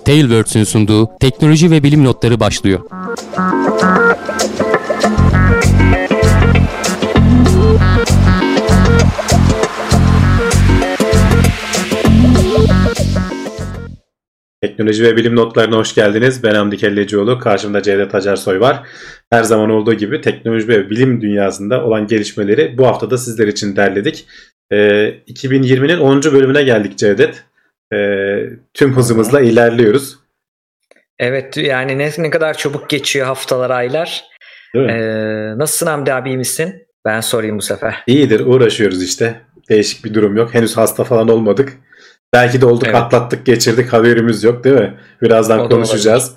Tailwords'ün sunduğu teknoloji ve bilim notları başlıyor. Teknoloji ve bilim notlarına hoş geldiniz. Ben Hamdi Kellecioğlu. Karşımda Cevdet Acarsoy var. Her zaman olduğu gibi teknoloji ve bilim dünyasında olan gelişmeleri bu hafta da sizler için derledik. 2020'nin 10. bölümüne geldik Cevdet. Tüm hızımızla ilerliyoruz. Evet, yani ne kadar çabuk geçiyor haftalar, aylar. Nasılsın Hamdi abi, iyi misin? Ben sorayım bu sefer. İyidir, uğraşıyoruz işte. Değişik bir durum yok. Henüz hasta falan olmadık. Belki de olduk, evet. Atlattık, geçirdik, haberimiz yok değil mi? Birazdan konuşacağız.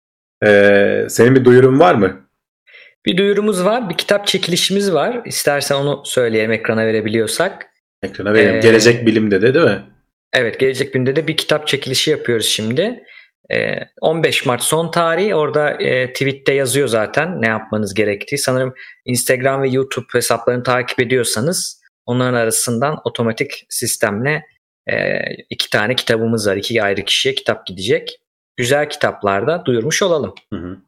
Senin bir duyurun var mı? Bir duyurumuz var. Bir kitap çekilişimiz var. İstersen onu söyleyelim, ekrana verebiliyorsak. Ekrana verelim. Gelecek Bilim'de de değil mi? Evet, Gelecek Bilim'de de bir kitap çekilişi yapıyoruz şimdi. 15 Mart son tarihi. Orada tweette yazıyor zaten ne yapmanız gerektiği. Sanırım Instagram ve YouTube hesaplarını takip ediyorsanız onların arasından otomatik sistemle 2 tane kitabımız var. 2 ayrı kişiye kitap gidecek. Güzel kitaplarda duyurmuş olalım. Hı.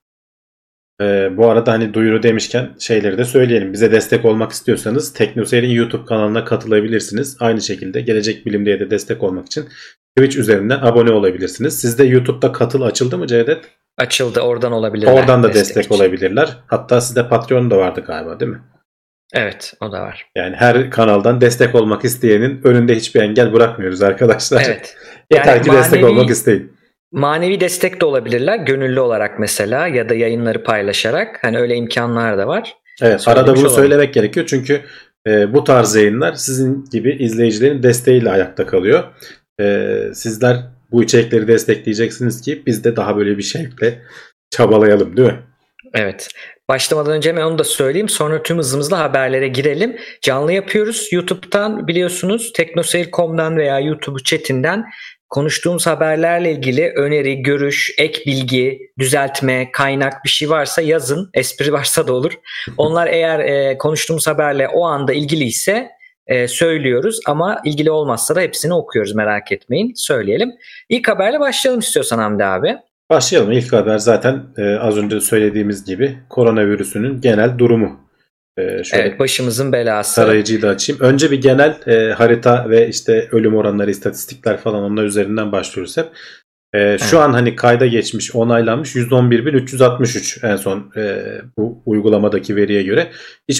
Bu arada hani duyuru demişken şeyleri de söyleyelim. Bize destek olmak istiyorsanız TeknoSeyir'in YouTube kanalına katılabilirsiniz. Aynı şekilde Gelecek Bilim'de de destek olmak için Twitch üzerinden abone olabilirsiniz. Sizde YouTube'da katıl açıldı mı Cevdet? Açıldı, oradan olabilirler. Oradan da destek olabilirler. Hatta sizde Patreon da vardı galiba değil mi? Evet, o da var. Yani her kanaldan destek olmak isteyenin önünde hiçbir engel bırakmıyoruz arkadaşlar. Evet. Yeter ki destek olmak isteyin. Manevi destek de olabilirler. Gönüllü olarak mesela ya da yayınları paylaşarak. Hani öyle imkanlar da var. Evet, arada bunu söylemek gerekiyor. Çünkü bu tarz yayınlar sizin gibi izleyicilerin desteğiyle ayakta kalıyor. Sizler bu içerikleri destekleyeceksiniz ki biz de daha böyle bir şevkle çabalayalım değil mi? Evet. Başlamadan önce hemen onu da söyleyeyim. Sonra tüm hızımızla haberlere girelim. Canlı yapıyoruz. YouTube'dan biliyorsunuz teknoseyir.com'dan veya YouTube chat'inden konuştuğumuz haberlerle ilgili öneri, görüş, ek bilgi, düzeltme, kaynak bir şey varsa yazın. Espri varsa da olur. Onlar eğer konuştuğumuz haberle o anda ilgiliyse söylüyoruz ama ilgili olmazsa da hepsini okuyoruz, merak etmeyin. Söyleyelim. İlk haberle başlayalım istiyorsan Hamdi abi. Başlayalım. İlk haber zaten az önce söylediğimiz gibi koronavirüsünün genel durumu. Evet, başımızın belası. Tarayıcıyı da açayım. Önce bir genel harita ve işte ölüm oranları, istatistikler falan onlar üzerinden başlıyoruz hep. Şu an hani kayda geçmiş, onaylanmış 111.363 en son bu uygulamadaki veriye göre.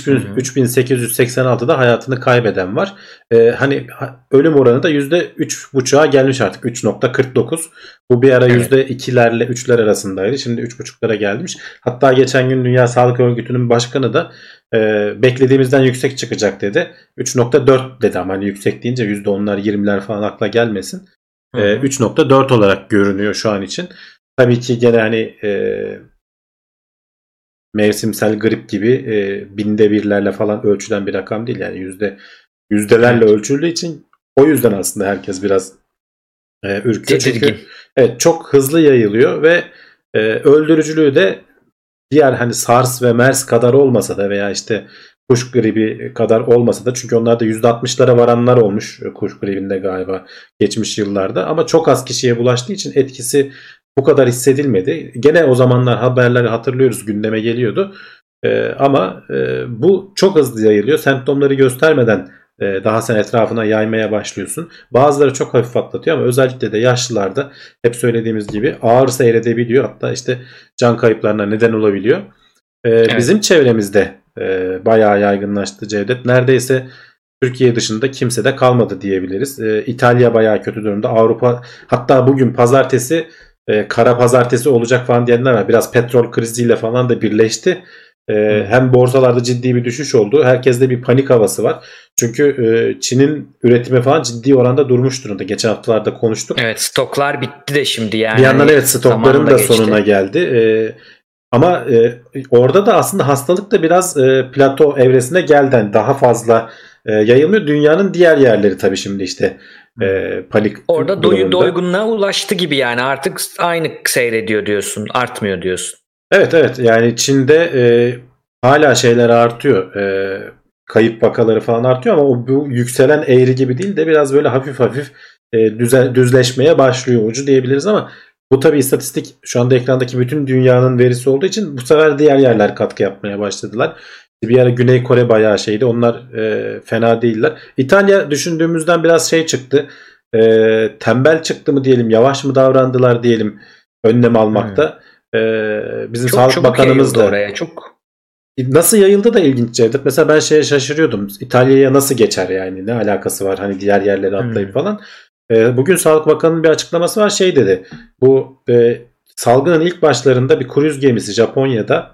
3.886'da hayatını kaybeden var. Hani ölüm oranı da %3.5'a gelmiş artık. 3.49. Bu bir ara %2'lerle 3'ler arasındaydı. Şimdi 3.5'lara gelmiş. Hatta geçen gün Dünya Sağlık Örgütü'nün başkanı da beklediğimizden yüksek çıkacak dedi. 3.4 dedi ama hani yüksek deyince %10'lar 20'ler falan akla gelmesin. 3.4 olarak görünüyor şu an için. Tabii ki gene hani mevsimsel grip gibi binde birlerle falan ölçülen bir rakam değil. Yani yüzdelerle ölçüldüğü için o yüzden aslında herkes biraz ürküyor. Çünkü evet, çok hızlı yayılıyor ve öldürücülüğü de diğer hani SARS ve MERS kadar olmasa da veya işte kuş gribi kadar olmasa da, çünkü onlarda %60'lara varanlar olmuş kuş gribinde galiba geçmiş yıllarda, ama çok az kişiye bulaştığı için etkisi bu kadar hissedilmedi. Gene o zamanlar haberleri hatırlıyoruz, gündeme geliyordu ama bu çok hızlı yayılıyor. Semptomları göstermeden daha sen etrafına yaymaya başlıyorsun. Bazıları çok hafif atlatıyor ama özellikle de yaşlılarda hep söylediğimiz gibi ağır seyredebiliyor. Hatta işte can kayıplarına neden olabiliyor. Bizim çevremizde bayağı yaygınlaştı Cevdet. Neredeyse Türkiye dışında kimse de kalmadı diyebiliriz. İtalya bayağı kötü durumda. Avrupa, hatta bugün pazartesi kara pazartesi olacak falan diyenler var. Biraz petrol kriziyle falan da birleşti. Hem borsalarda ciddi bir düşüş oldu. Herkeste bir panik havası var. Çünkü Çin'in üretimi falan ciddi oranda durmuş durumda. Geçen haftalarda konuştuk. Evet, stoklar bitti de şimdi yani. Bir yandan evet, stokların da sonuna geldi. Ama orada da aslında hastalık da biraz plato evresine geldi. Yani daha fazla yayılmıyor. Dünyanın diğer yerleri tabii şimdi işte panik orada doygunluğa ulaştı gibi, yani artık aynı seyrediyor diyorsun, artmıyor diyorsun. Evet, yani Çin'de hala şeyler artıyor. Kayıp vakaları falan artıyor ama bu yükselen eğri gibi değil de biraz böyle hafif hafif düzleşmeye başlıyor ucu diyebiliriz ama Bu tabii istatistik şu anda ekrandaki bütün dünyanın verisi olduğu için bu sefer diğer yerler katkı yapmaya başladılar. Bir ara Güney Kore bayağı şeydi. Onlar fena değiller. İtalya düşündüğümüzden biraz şey çıktı. Tembel çıktı mı diyelim, yavaş mı davrandılar diyelim önlem almakta. Bizim çok Sağlık Bakanımız da oraya çok. Nasıl yayıldı da ilginç Cevdet. Mesela ben şeye şaşırıyordum. İtalya'ya nasıl geçer yani? Ne alakası var hani diğer yerlere atlayıp falan. Bugün Sağlık Bakanı'nın bir açıklaması var. Şey dedi. Bu salgının ilk başlarında bir kruz gemisi Japonya'da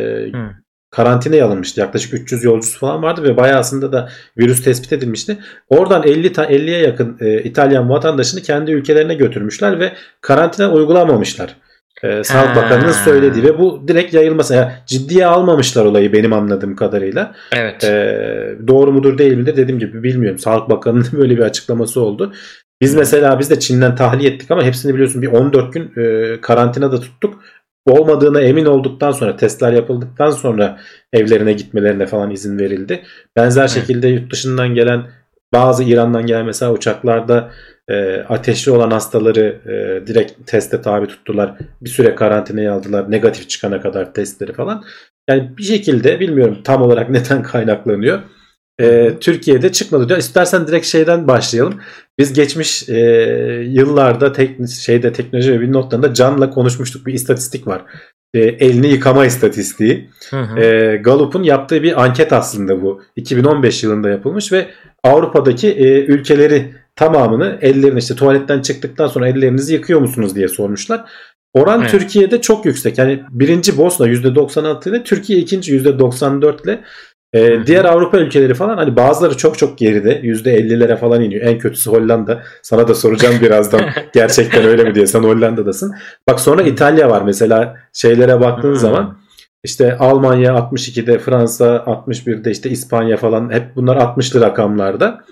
karantinaya alınmıştı. Yaklaşık 300 yolcusu falan vardı ve bayağı aslında da virüs tespit edilmişti. Oradan 50'ye yakın İtalyan vatandaşını kendi ülkelerine götürmüşler ve karantina uygulamamışlar. Sağlık Bakanı'nın söylediği ve bu direkt yayılması. Yani ciddiye almamışlar olayı benim anladığım kadarıyla. Evet. Doğru mudur değil midir dediğim gibi bilmiyorum. Sağlık Bakanı'nın böyle bir açıklaması oldu. Biz mesela de Çin'den tahliye ettik ama hepsini biliyorsun bir 14 gün karantinada tuttuk. Olmadığına emin olduktan sonra testler yapıldıktan sonra evlerine gitmelerine falan izin verildi. Benzer şekilde yurt dışından gelen bazı İran'dan gelen mesela uçaklarda ateşli olan hastaları direkt teste tabi tuttular. Bir süre karantinaya aldılar. Negatif çıkana kadar testleri falan. Yani bir şekilde bilmiyorum tam olarak neden kaynaklanıyor. Türkiye'de çıkmadı diyor. İstersen direkt şeyden başlayalım. Biz geçmiş yıllarda teknoloji ve bilim notlarında Can'la konuşmuştuk. Bir istatistik var. Elini yıkama istatistiği. Gallup'un yaptığı bir anket aslında bu. 2015 yılında yapılmış ve Avrupa'daki ülkeleri tamamını ellerini işte tuvaletten çıktıktan sonra ellerinizi yıkıyor musunuz diye sormuşlar. Oran Türkiye'de çok yüksek. Yani birinci Bosna %96 ile Türkiye ikinci %94 ile diğer Avrupa ülkeleri falan hani bazıları çok çok geride %50'lere falan iniyor. En kötüsü Hollanda. Sana da soracağım birazdan gerçekten öyle mi diye. Sen Hollanda'dasın. Bak sonra İtalya var mesela şeylere baktığın zaman işte Almanya 62'de, Fransa 61'de, işte İspanya falan hep bunlar 60'lı rakamlarda.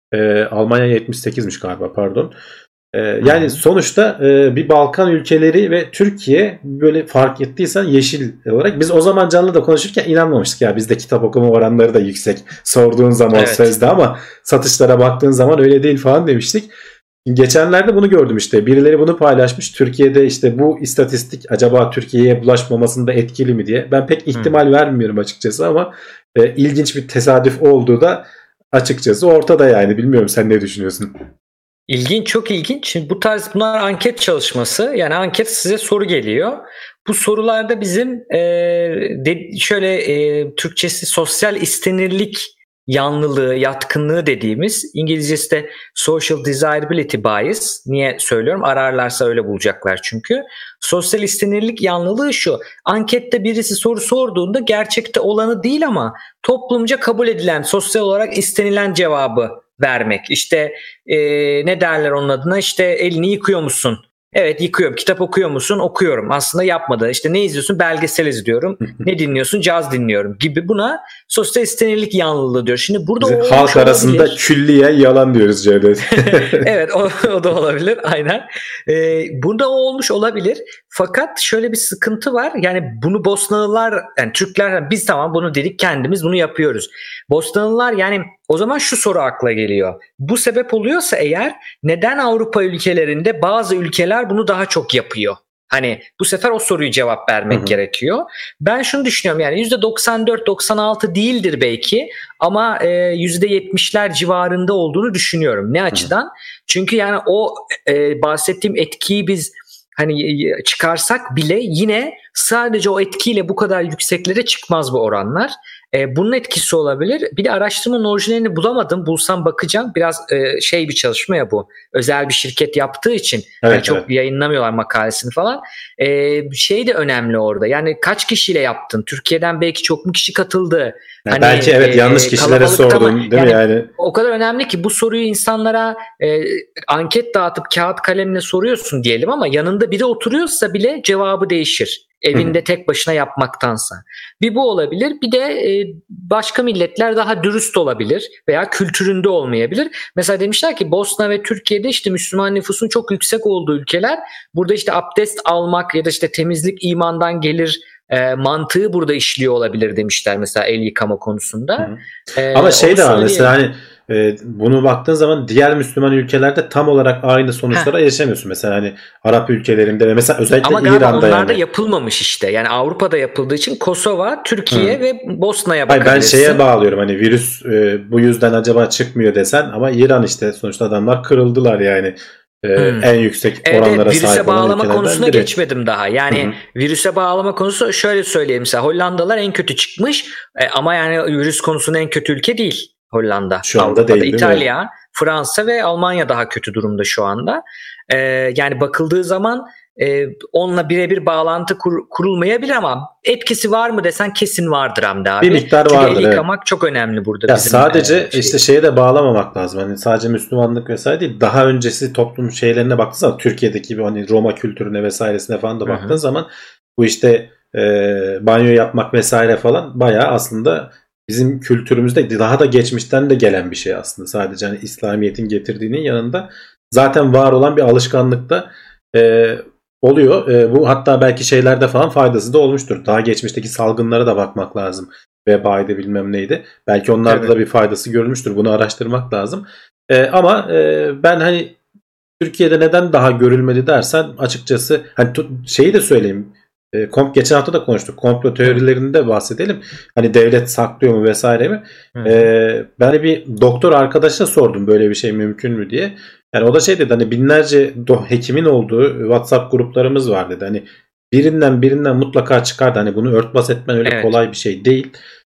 Almanya 78'miş galiba pardon. Yani sonuçta bir Balkan ülkeleri ve Türkiye böyle fark ettiysen yeşil olarak. Biz o zaman Can'la da konuşurken inanmamıştık ya bizde kitap okuma oranları da yüksek. Sorduğun zaman sözde ama satışlara baktığın zaman öyle değil falan demiştik. Geçenlerde bunu gördüm işte. Birileri bunu paylaşmış. Türkiye'de işte bu istatistik acaba Türkiye'ye bulaşmamasında etkili mi diye. Ben pek ihtimal vermiyorum açıkçası ama ilginç bir tesadüf olduğu da açıkçası ortada yani. Bilmiyorum sen ne düşünüyorsun? İlginç, çok ilginç. Şimdi bunlar anket çalışması. Yani anket size soru geliyor. Bu sorularda bizim Türkçesi sosyal istenirlik yanlılığı, yatkınlığı dediğimiz, İngilizcesi de social desirability bias. Niye söylüyorum? Ararlarsa öyle bulacaklar çünkü. Sosyal istenirlik yanlılığı şu. Ankette birisi soru sorduğunda gerçekte olanı değil ama toplumca kabul edilen, sosyal olarak istenilen cevabı vermek. İşte ne derler onun adına? İşte elini yıkıyor musun? Evet yıkıyorum. Kitap okuyor musun? Okuyorum. Aslında yapmadı. İşte ne izliyorsun? Belgesel izliyorum. Ne dinliyorsun? Caz dinliyorum gibi, buna sosyal istenirlik yanlılığı diyor. Şimdi burada halk arasında olabilir. Külliyen yalan diyoruz Cevdet. Evet o da olabilir. Aynen. Burada o olmuş olabilir. Fakat şöyle bir sıkıntı var. Yani bunu Bosnalılar, yani Türkler, biz tamam bunu dedik, kendimiz bunu yapıyoruz. Bosnalılar, yani o zaman şu soru akla geliyor. Bu sebep oluyorsa eğer, neden Avrupa ülkelerinde bazı ülkeler bunu daha çok yapıyor? Hani bu sefer o soruyu cevap vermek gerekiyor. Ben şunu düşünüyorum, yani %94-96 değildir belki ama %70'ler civarında olduğunu düşünüyorum. Ne açıdan? Çünkü yani o bahsettiğim etkiyi biz hani çıkarsak bile yine sadece o etkiyle bu kadar yükseklere çıkmaz bu oranlar. Bunun etkisi olabilir. Bir de araştırmanın orijinalini bulamadım. Bulsam bakacağım. Biraz bir çalışma ya bu. Özel bir şirket yaptığı için çok yayınlamıyorlar makalesini falan. Şey de önemli orada. Yani kaç kişiyle yaptın? Türkiye'den belki çok mu kişi katıldı? Hani, belki yanlış kişilere sordun değil mi yani? O kadar önemli ki bu soruyu insanlara anket dağıtıp kağıt kalemle soruyorsun diyelim ama yanında biri oturuyorsa bile cevabı değişir. Evinde tek başına yapmaktansa. Bir bu olabilir. Bir de başka milletler daha dürüst olabilir veya kültüründe olmayabilir. Mesela demişler ki Bosna ve Türkiye'de işte Müslüman nüfusun çok yüksek olduğu ülkeler. Burada işte abdest almak ya da işte temizlik imandan gelir mantığı burada işliyor olabilir demişler mesela el yıkama konusunda. Ama şey de var mesela hani bunu baktığın zaman diğer Müslüman ülkelerde tam olarak aynı sonuçlara erişemiyorsun. Mesela hani Arap ülkelerinde ve mesela özellikle ama galiba İran'da onlarda yapılmamış işte. Yani Avrupa'da yapıldığı için Kosova, Türkiye ve Bosna'ya Hayır, bakabilirsin. ben şeye bağlıyorum, hani virüs bu yüzden acaba çıkmıyor desen, ama İran işte sonuçta adamlar kırıldılar yani. En yüksek oranlara virüse sahip olan bağlama ülkelerden konusuna biri. geçmedim daha. Yani virüse bağlama konusu, şöyle söyleyeyim, mesela Hollandalar en kötü çıkmış ama yani virüs konusunda en kötü ülke değil Hollanda. Şu anda Avrupa'da değil mi? İtalya, Fransa ve Almanya daha kötü durumda şu anda. Yani bakıldığı zaman onunla birebir bağlantı kurulmayabilir ama etkisi var mı desen kesin vardır Hamdi abi. Bir miktar çünkü vardır. el yıkamak çok önemli burada. Ya bizim, sadece işte şeye de bağlamamak lazım. Hani sadece Müslümanlık vesaire değil. Daha öncesi toplum şeylerine baktığın zaman, Türkiye'deki gibi hani Roma kültürüne vesairesine falan da baktığın zaman, bu işte banyo yapmak vesaire falan bayağı aslında bizim kültürümüzde daha da geçmişten de gelen bir şey aslında. Sadece hani İslamiyet'in getirdiğinin yanında zaten var olan bir alışkanlıkta oluyor. Bu hatta belki şeylerde falan faydası da olmuştur. Daha geçmişteki salgınlara da bakmak lazım. Vebaydı bilmem neydi. Belki onlarda da bir faydası görülmüştür. Bunu araştırmak lazım. Ama ben hani Türkiye'de neden daha görülmedi dersen, açıkçası hani şeyi de söyleyeyim. Geçen hafta da konuştuk. Komplo teorilerini de bahsedelim. Hani devlet saklıyor mu vesaire mi? Ben bir doktor arkadaşa sordum böyle bir şey mümkün mü diye. Yani o da şey dedi, hani binlerce hekimin olduğu WhatsApp gruplarımız var dedi. Hani birinden mutlaka çıkardı. Hani bunu örtbas etmen öyle kolay bir şey değil.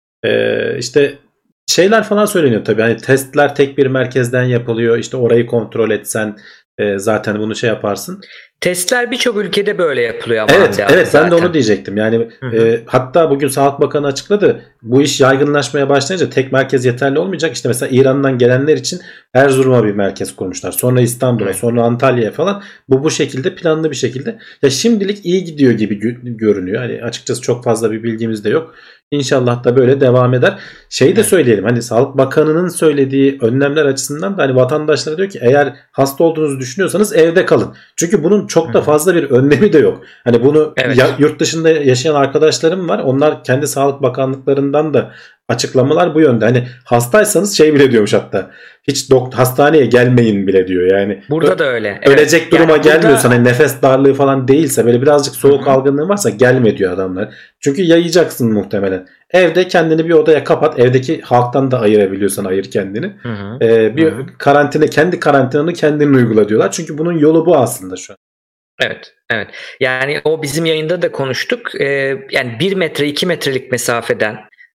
İşte şeyler falan söyleniyor tabii. Hani testler tek bir merkezden yapılıyor. İşte orayı kontrol etsen zaten bunu şey yaparsın. Testler birçok ülkede böyle yapılıyor ama. Evet ben de onu diyecektim. Yani hatta bugün Sağlık Bakanı açıkladı. Bu iş yaygınlaşmaya başlayınca tek merkez yeterli olmayacak. İşte mesela İran'dan gelenler için Erzurum'a bir merkez kurmuşlar. Sonra İstanbul'a, sonra Antalya'ya falan. Bu şekilde planlı bir şekilde. Ya şimdilik iyi gidiyor gibi görünüyor. Hani açıkçası çok fazla bir bilgimiz de yok. İnşallah da böyle devam eder. Şeyi de söyleyelim. Hani Sağlık Bakanı'nın söylediği önlemler açısından da hani vatandaşlara diyor ki, eğer hasta olduğunuzu düşünüyorsanız evde kalın. Çünkü bunun çok da fazla bir önlemi de yok. Hani bunu yurt dışında yaşayan arkadaşlarım var. Onlar kendi Sağlık Bakanlıklarından da açıklamalar bu yönde. Hani hastaysanız şey bile diyormuş hatta. Hiç hastaneye gelmeyin bile diyor. Yani burada da öyle. Ölecek duruma gelmiyorsan, hani nefes darlığı falan değilse, böyle birazcık soğuk algınlığı varsa gelme diyor adamlar. Çünkü yayacaksın muhtemelen. Evde kendini bir odaya kapat. Evdeki halktan da ayırabiliyorsan ayır kendini. Bir kendi karantinanı kendin uygula diyorlar. Çünkü bunun yolu bu aslında şu an. Evet. Yani o bizim yayında da konuştuk. Yani 1 metre 2 metrelik mesafeden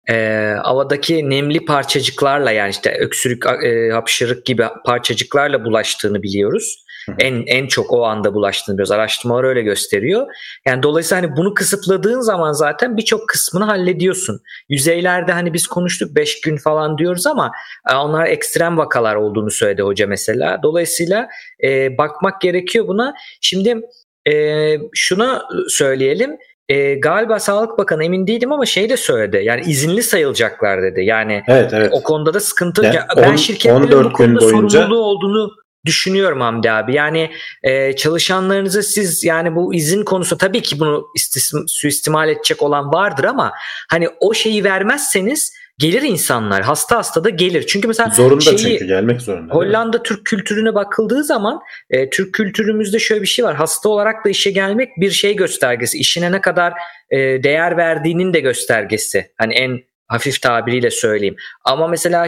havadaki nemli parçacıklarla, yani işte öksürük, hapşırık gibi parçacıklarla bulaştığını biliyoruz. En çok o anda bulaştığını biliyoruz. Araştırmalar öyle gösteriyor. Yani dolayısıyla hani bunu kısıtladığın zaman zaten birçok kısmını hallediyorsun. Yüzeylerde hani biz konuştuk 5 gün falan diyoruz ama onlar ekstrem vakalar olduğunu söyledi hoca mesela. Dolayısıyla bakmak gerekiyor buna. Şimdi şuna söyleyelim. Galiba Sağlık Bakanı, emin değilim ama şey de söyledi. Yani izinli sayılacaklar dedi. Yani o konuda da sıkıntı. Yani ben şirketlerin bu konuda sorumluluğu olduğunu düşünüyorum Hamdi abi. Yani çalışanlarınıza siz, yani bu izin konusu, tabii ki bunu suistimal edecek olan vardır ama hani o şeyi vermezseniz gelir insanlar. Hasta da gelir. Çünkü mesela çünkü gelmek zorunda. Hollanda Türk kültürüne bakıldığı zaman Türk kültürümüzde şöyle bir şey var. Hasta olarak da işe gelmek bir şey göstergesi. İşine ne kadar değer verdiğinin de göstergesi. Hani en hafif tabiriyle söyleyeyim. Ama mesela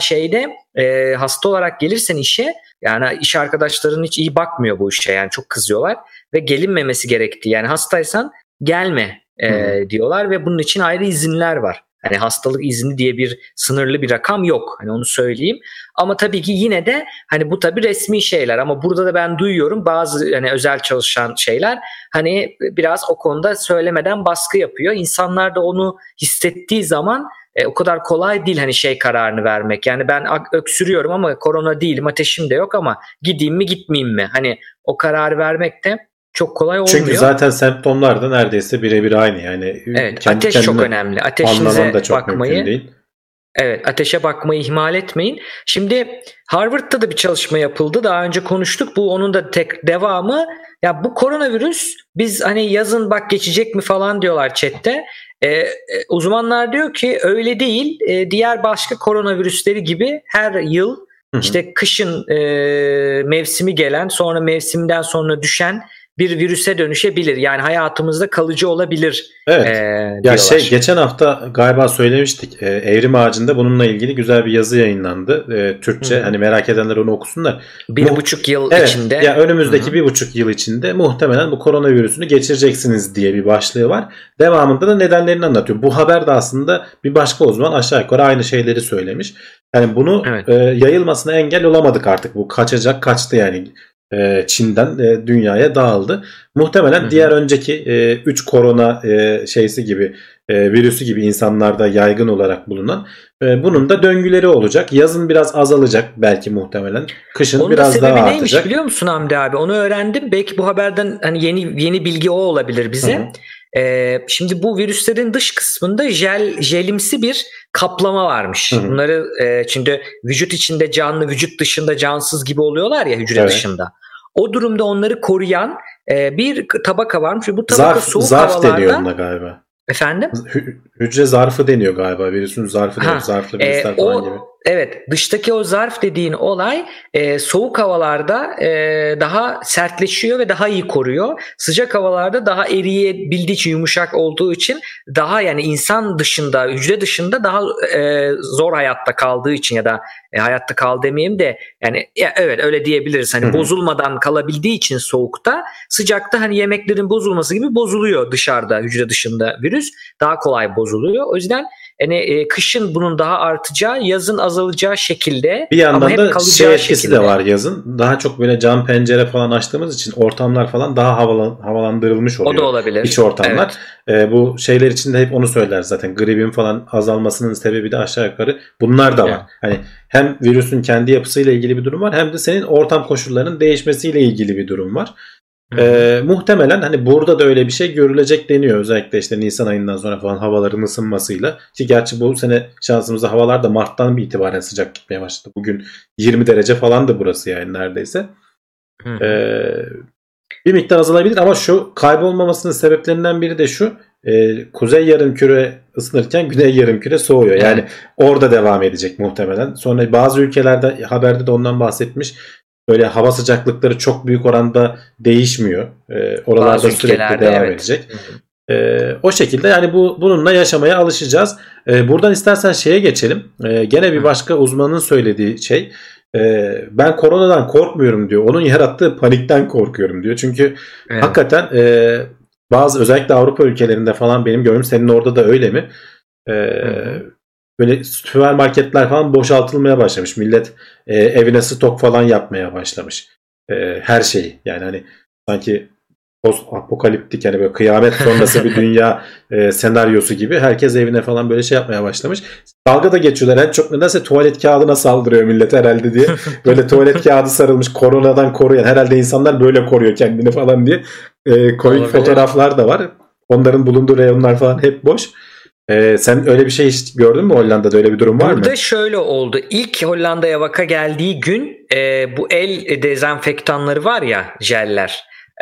hasta olarak gelirsen işe, yani iş arkadaşların hiç iyi bakmıyor bu işe. Yani çok kızıyorlar ve gelinmemesi gerektiği. Yani hastaysan gelme diyorlar ve bunun için ayrı izinler var. Hani hastalık izni diye bir sınırlı bir rakam yok. Hani onu söyleyeyim. Ama tabii ki yine de hani bu tabii resmi şeyler, ama burada da ben duyuyorum bazı hani özel çalışan şeyler hani biraz o konuda söylemeden baskı yapıyor. İnsanlar da onu hissettiği zaman o kadar kolay değil hani kararını vermek. Yani ben öksürüyorum ama korona değilim, ateşim de yok ama gideyim mi gitmeyeyim mi? Hani o kararı vermek de çok kolay olmuyor. Çünkü zaten semptomlar da neredeyse birebir aynı. Yani ateş çok önemli. Ateşinize da çok bakmayı değil. Evet, ateşe bakmayı ihmal etmeyin. Şimdi Harvard'da da bir çalışma yapıldı. Daha önce konuştuk. Bu onun da tek devamı. Ya bu koronavirüs, biz hani yazın bak geçecek mi falan diyorlar chatte. Uzmanlar diyor ki öyle değil. Diğer başka koronavirüsleri gibi her yıl işte kışın mevsimi gelen, sonra mevsimden sonra düşen bir virüse dönüşebilir. Yani hayatımızda kalıcı olabilir. Evet. Ya geçen hafta galiba söylemiştik. Evrim Ağacı'nda bununla ilgili güzel bir yazı yayınlandı. Türkçe. Hani merak edenler onu okusunlar. 1,5 yıl içinde. Ya önümüzdeki 1,5 yıl içinde muhtemelen bu koronavirüsünü geçireceksiniz diye bir başlığı var. Devamında da nedenlerini anlatıyor. Bu haber de aslında bir başka uzman aşağı yukarı aynı şeyleri söylemiş. Yani bunu yayılmasına engel olamadık artık. Bu kaçtı yani. Çin'den dünyaya dağıldı. Muhtemelen diğer önceki 3 korona şeysi gibi virüsü gibi insanlarda yaygın olarak bulunan bunun da döngüleri olacak. Yazın biraz azalacak belki muhtemelen. Kışın onun biraz daha artacak. Onun neymiş biliyor musun Hamdi abi? Onu öğrendim. Belki bu haberden hani yeni bilgi o olabilir bize. Şimdi bu virüslerin dış kısmında jelimsi bir kaplama varmış. Bunları şimdi vücut içinde canlı, vücut dışında cansız gibi oluyorlar ya hücre dışında. O durumda onları koruyan bir tabaka varmış. Bu tabaka soğuk havalarda. Zarf deniyor ona galiba. Efendim? Hücre zarfı deniyor galiba. Virüsün zarfı deniyor. Zarflı virüsler falan gibi. Evet, dıştaki o zarf dediğin olay soğuk havalarda daha sertleşiyor ve daha iyi koruyor. Sıcak havalarda daha eriyebildiği için, yumuşak olduğu için daha yani insan dışında, hücre dışında daha zor hayatta kaldığı için ya da hayatta kal demeyeyim de yani evet öyle diyebiliriz. Hani bozulmadan kalabildiği için soğukta, sıcakta hani yemeklerin bozulması gibi bozuluyor dışarıda, hücre dışında virüs daha kolay bozuluyor. O yüzden yani kışın bunun daha artacağı, yazın azalacağı şekilde. Bir yandan da şey etkisi de var yazın. Daha çok böyle cam pencere falan açtığımız için ortamlar falan daha havalandırılmış oluyor. O da olabilir. İç ortamlar. Evet. Bu şeyler için de hep onu söyler zaten. Gripin falan azalmasının sebebi de aşağı yukarı bunlar da var. Hani hem virüsün kendi yapısıyla ilgili bir durum var, hem de senin ortam koşullarının değişmesiyle ilgili bir durum var. Muhtemelen hani burada da öyle bir şey görülecek deniyor. Özellikle işte Nisan ayından sonra falan havaların ısınmasıyla. Ki gerçi bu sene şansımızda havalar da Mart'tan bir itibaren sıcak gitmeye başladı. Bugün 20 derece falan da burası yani neredeyse. Bir miktar azalabilir ama şu kaybolmamasının sebeplerinden biri de şu. Kuzey yarımküre ısınırken güney yarımküre soğuyor. Yani orada devam edecek muhtemelen. Sonra bazı ülkelerde, haberde de ondan bahsetmiş, böyle hava sıcaklıkları çok büyük oranda değişmiyor. Oralarda sürekli devam edecek. O şekilde yani bununla yaşamaya alışacağız. Buradan istersen şeye geçelim. Gene bir başka uzmanın söylediği şey. Ben koronadan korkmuyorum diyor. Onun yarattığı panikten korkuyorum diyor. Çünkü hakikaten bazı özellikle Avrupa ülkelerinde falan benim gördüğüm, senin orada da öyle mi? Böyle süpermarketler falan boşaltılmaya başlamış. Millet evine stok falan yapmaya başlamış. Her şeyi. Yani hani sanki post apokaliptik, yani böyle kıyamet sonrası bir dünya senaryosu gibi herkes evine falan böyle şey yapmaya başlamış. Dalga da geçiyorlar. En çok nedense tuvalet kağıdına saldırıyor millet herhalde diye. Böyle tuvalet kağıdı sarılmış, koronadan koruyan. Herhalde insanlar böyle koruyor kendini falan diye. Koyuk fotoğraflar da var. Onların bulunduğu reyonlar falan hep boş. Sen öyle bir şey hiç gördün mü Hollanda'da, öyle bir durum var mı? Burada şöyle oldu. İlk Hollanda'ya vaka geldiği gün bu el dezenfektanları var ya, jeller.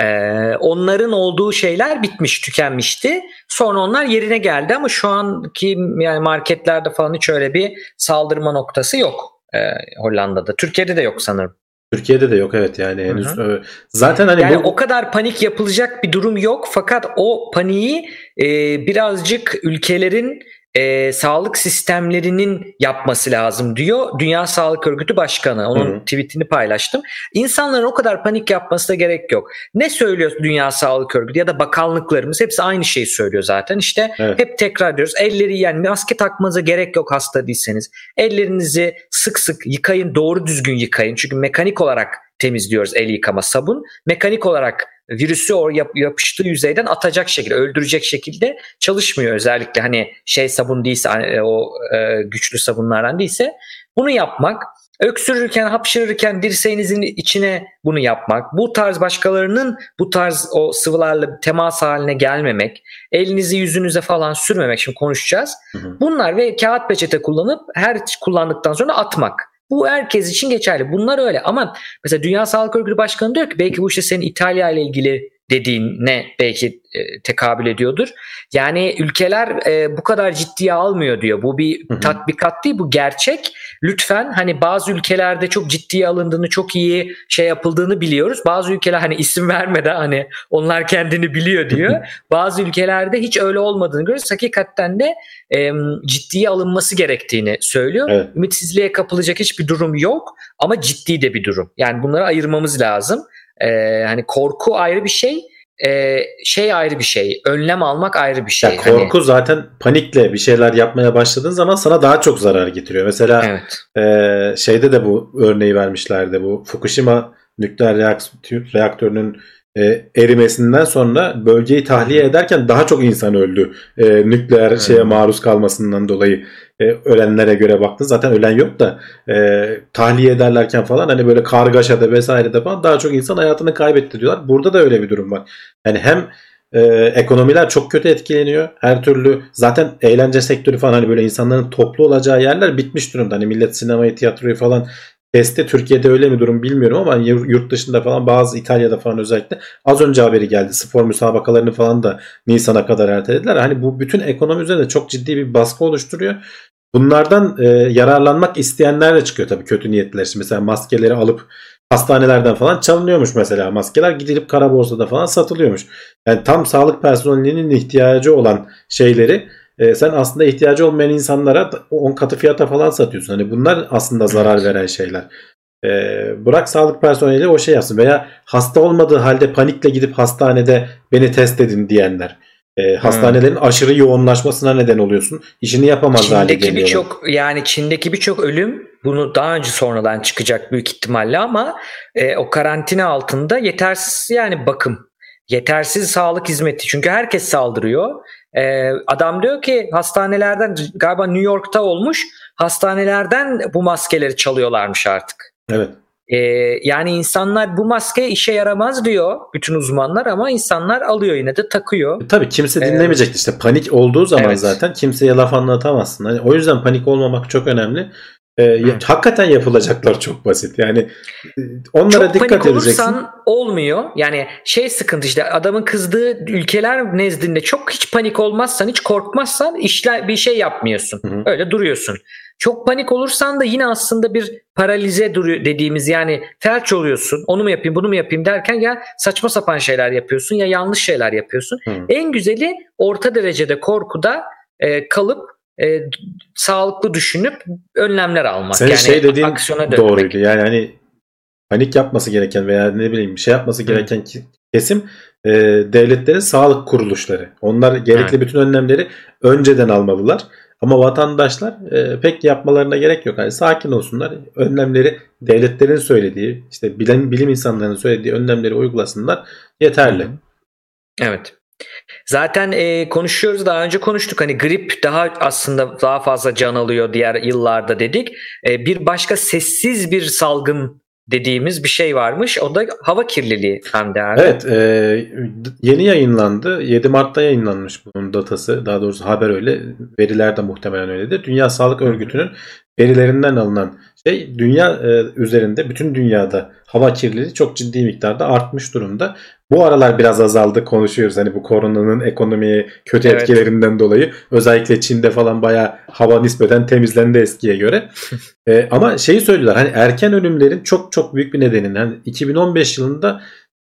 Onların olduğu şeyler bitmiş, tükenmişti. Sonra onlar yerine geldi ama şu anki yani marketlerde falan hiç öyle bir saldırma noktası yok Hollanda'da. Türkiye'de de yok sanırım. Türkiye'de de yok, evet, yani henüz. Zaten hani yani o kadar panik yapılacak bir durum yok, fakat o paniği birazcık ülkelerin sağlık sistemlerinin yapması lazım diyor Dünya Sağlık Örgütü Başkanı. Onun tweetini paylaştım. İnsanların o kadar panik yapmasına gerek yok. Ne söylüyor Dünya Sağlık Örgütü ya da bakanlıklarımız? Hepsi aynı şeyi söylüyor zaten. İşte hep tekrar diyoruz. Elleri, yani maske takmanıza gerek yok hasta değilseniz. Ellerinizi sık sık yıkayın, doğru düzgün yıkayın. Çünkü mekanik olarak temizliyoruz el yıkama, sabun. Mekanik olarak virüsü yapıştığı yüzeyden atacak şekilde, öldürecek şekilde çalışmıyor. Özellikle hani sabun değilse, o güçlü sabunlardan değilse bunu yapmak. Öksürürken, hapşırırken dirseğinizin içine bunu yapmak. Bu tarz başkalarının bu tarz o sıvılarla temas haline gelmemek. Elinizi yüzünüze falan sürmemek. Şimdi konuşacağız. Bunlar ve kağıt peçete kullanıp her kullandıktan sonra atmak. Bu herkes için geçerli. Bunlar öyle ama mesela Dünya Sağlık Örgütü Başkanı diyor ki belki bu işte senin İtalya ile ilgili dediğine belki tekabül ediyordur. Yani ülkeler bu kadar ciddiye almıyor diyor. Bu bir tatbikat değil, bu gerçek lütfen hani bazı ülkelerde çok ciddiye alındığını, çok iyi şey yapıldığını biliyoruz. Bazı ülkeler hani isim vermeden hani onlar kendini biliyor diyor. Bazı ülkelerde hiç öyle olmadığını görüyoruz. Hakikaten de ciddiye alınması gerektiğini söylüyor. Evet. Ümitsizliğe kapılacak hiçbir durum yok ama ciddi de bir durum. Yani bunları ayırmamız lazım. Hani korku ayrı bir şey. Şey ayrı bir şey. Önlem almak ayrı bir şey. Ya korku zaten panikle bir şeyler yapmaya başladığın zaman sana daha çok zarar getiriyor. Mesela şeyde de bu örneği vermişlerdi. Bu Fukushima nükleer reaktörünün erimesinden sonra bölgeyi tahliye ederken daha çok insan öldü. Nükleer şeye maruz kalmasından dolayı ölenlere göre baktın. Zaten ölen yok da tahliye ederlerken falan hani böyle kargaşada vesairede falan daha çok insan hayatını kaybetti diyorlar. Burada da öyle bir durum var. Yani hem ekonomiler çok kötü etkileniyor. Her türlü zaten eğlence sektörü falan hani böyle insanların toplu olacağı yerler bitmiş durumda. Hani millet sinemayı, tiyatroyu falan kesti. Türkiye'de öyle mi durum bilmiyorum ama yurt dışında falan bazı İtalya'da falan özellikle az önce haberi geldi. Spor müsabakalarını falan da Nisan'a kadar ertelediler. Hani bu bütün ekonomi üzerinde çok ciddi bir baskı oluşturuyor. Bunlardan yararlanmak isteyenler de çıkıyor tabii kötü niyetliler. Şimdi mesela maskeleri alıp hastanelerden falan çalınıyormuş mesela maskeler gidilip kara borsada falan satılıyormuş. Yani tam sağlık personelinin ihtiyacı olan şeyleri sen aslında ihtiyacı olmayan insanlara 10 katı fiyata falan satıyorsun. Hani bunlar aslında zarar veren şeyler. Bırak sağlık personeli o şey yapsın veya hasta olmadığı halde panikle gidip hastanede beni test edin diyenler. Hastanelerin aşırı yoğunlaşmasına neden oluyorsun. İşini yapamaz hale geliyorlar. Çin'deki birçok ölüm bunu daha önce sonradan çıkacak büyük ihtimalle ama o karantina altında yetersiz yani bakım, yetersiz sağlık hizmeti. Çünkü herkes saldırıyor. Adam diyor ki hastanelerden galiba New York'ta olmuş hastanelerden bu maskeleri çalıyorlarmış artık. Evet. Yani insanlar bu maske işe yaramaz diyor bütün uzmanlar ama insanlar alıyor yine de takıyor. Tabii kimse dinlemeyecek işte panik olduğu zaman zaten kimseye laf anlatamazsın. Hani o yüzden panik olmamak çok önemli. Hakikaten yapılacaklar çok basit. Yani onlara çok dikkat panik edeceksin. Olursan olmuyor. Yani sıkıntı işte adamın kızdığı ülkeler nezdinde çok hiç panik olmazsan, hiç korkmazsan bir şey yapmıyorsun. Hı-hı. Öyle duruyorsun. Çok panik olursan da yine aslında bir paralize duruyor dediğimiz yani felç oluyorsun. Onu mu yapayım, bunu mu yapayım derken ya saçma sapan şeyler yapıyorsun ya yanlış şeyler yapıyorsun. Hı-hı. En güzeli orta derecede korkuda kalıp sağlıklı düşünüp önlemler almak. Senin yani dediğin aksiyona dönmek. Doğruydu. Yani hani panik yapması gereken veya ne bileyim bir şey yapması gereken kesim devletlerin sağlık kuruluşları. Onlar gerekli bütün önlemleri önceden almalılar. Ama vatandaşlar pek yapmalarına gerek yok. Yani sakin olsunlar. Önlemleri devletlerin söylediği, işte bilim insanlarının söylediği önlemleri uygulasınlar. Yeterli. Evet. Zaten konuşuyoruz daha önce konuştuk hani grip daha fazla can alıyor diğer yıllarda dedik. Bir başka sessiz bir salgın dediğimiz bir şey varmış. O da hava kirliliği Hamdi abi. Evet. Yeni yayınlandı. 7 Mart'ta yayınlanmış bunun datası. Daha doğrusu haber öyle. Veriler de muhtemelen öyledir. Dünya Sağlık Örgütü'nün verilerinden alınan dünya üzerinde bütün dünyada hava kirliliği çok ciddi miktarda artmış durumda. Bu aralar biraz azaldı konuşuyoruz hani bu koronanın ekonomiye kötü etkilerinden dolayı. Özellikle Çin'de falan bayağı hava nispeten temizlendi eskiye göre. Ama şeyi söylüyorlar hani erken ölümlerin çok çok büyük bir nedenin hani 2015 yılında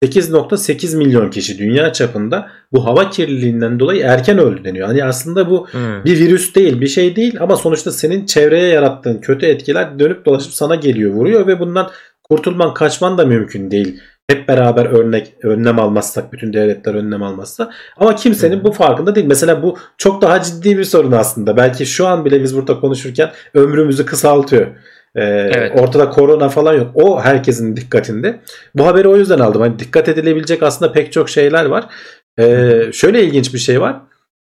8.8 milyon kişi dünya çapında bu hava kirliliğinden dolayı erken öldü deniyor. Hani aslında bu bir virüs değil, bir şey değil ama sonuçta senin çevreye yarattığın kötü etkiler dönüp dolaşıp sana geliyor, vuruyor ve bundan kurtulman, kaçman da mümkün değil. Hep beraber önlem almazsak, bütün devletler önlem almazsa. Ama kimsenin bu farkında değil. Mesela bu çok daha ciddi bir sorun aslında. Belki şu an bile biz burada konuşurken ömrümüzü kısaltıyor. Ortada korona falan yok. O herkesin dikkatinde. Bu haberi o yüzden aldım. Hani dikkat edilebilecek aslında pek çok şeyler var. Şöyle ilginç bir şey var.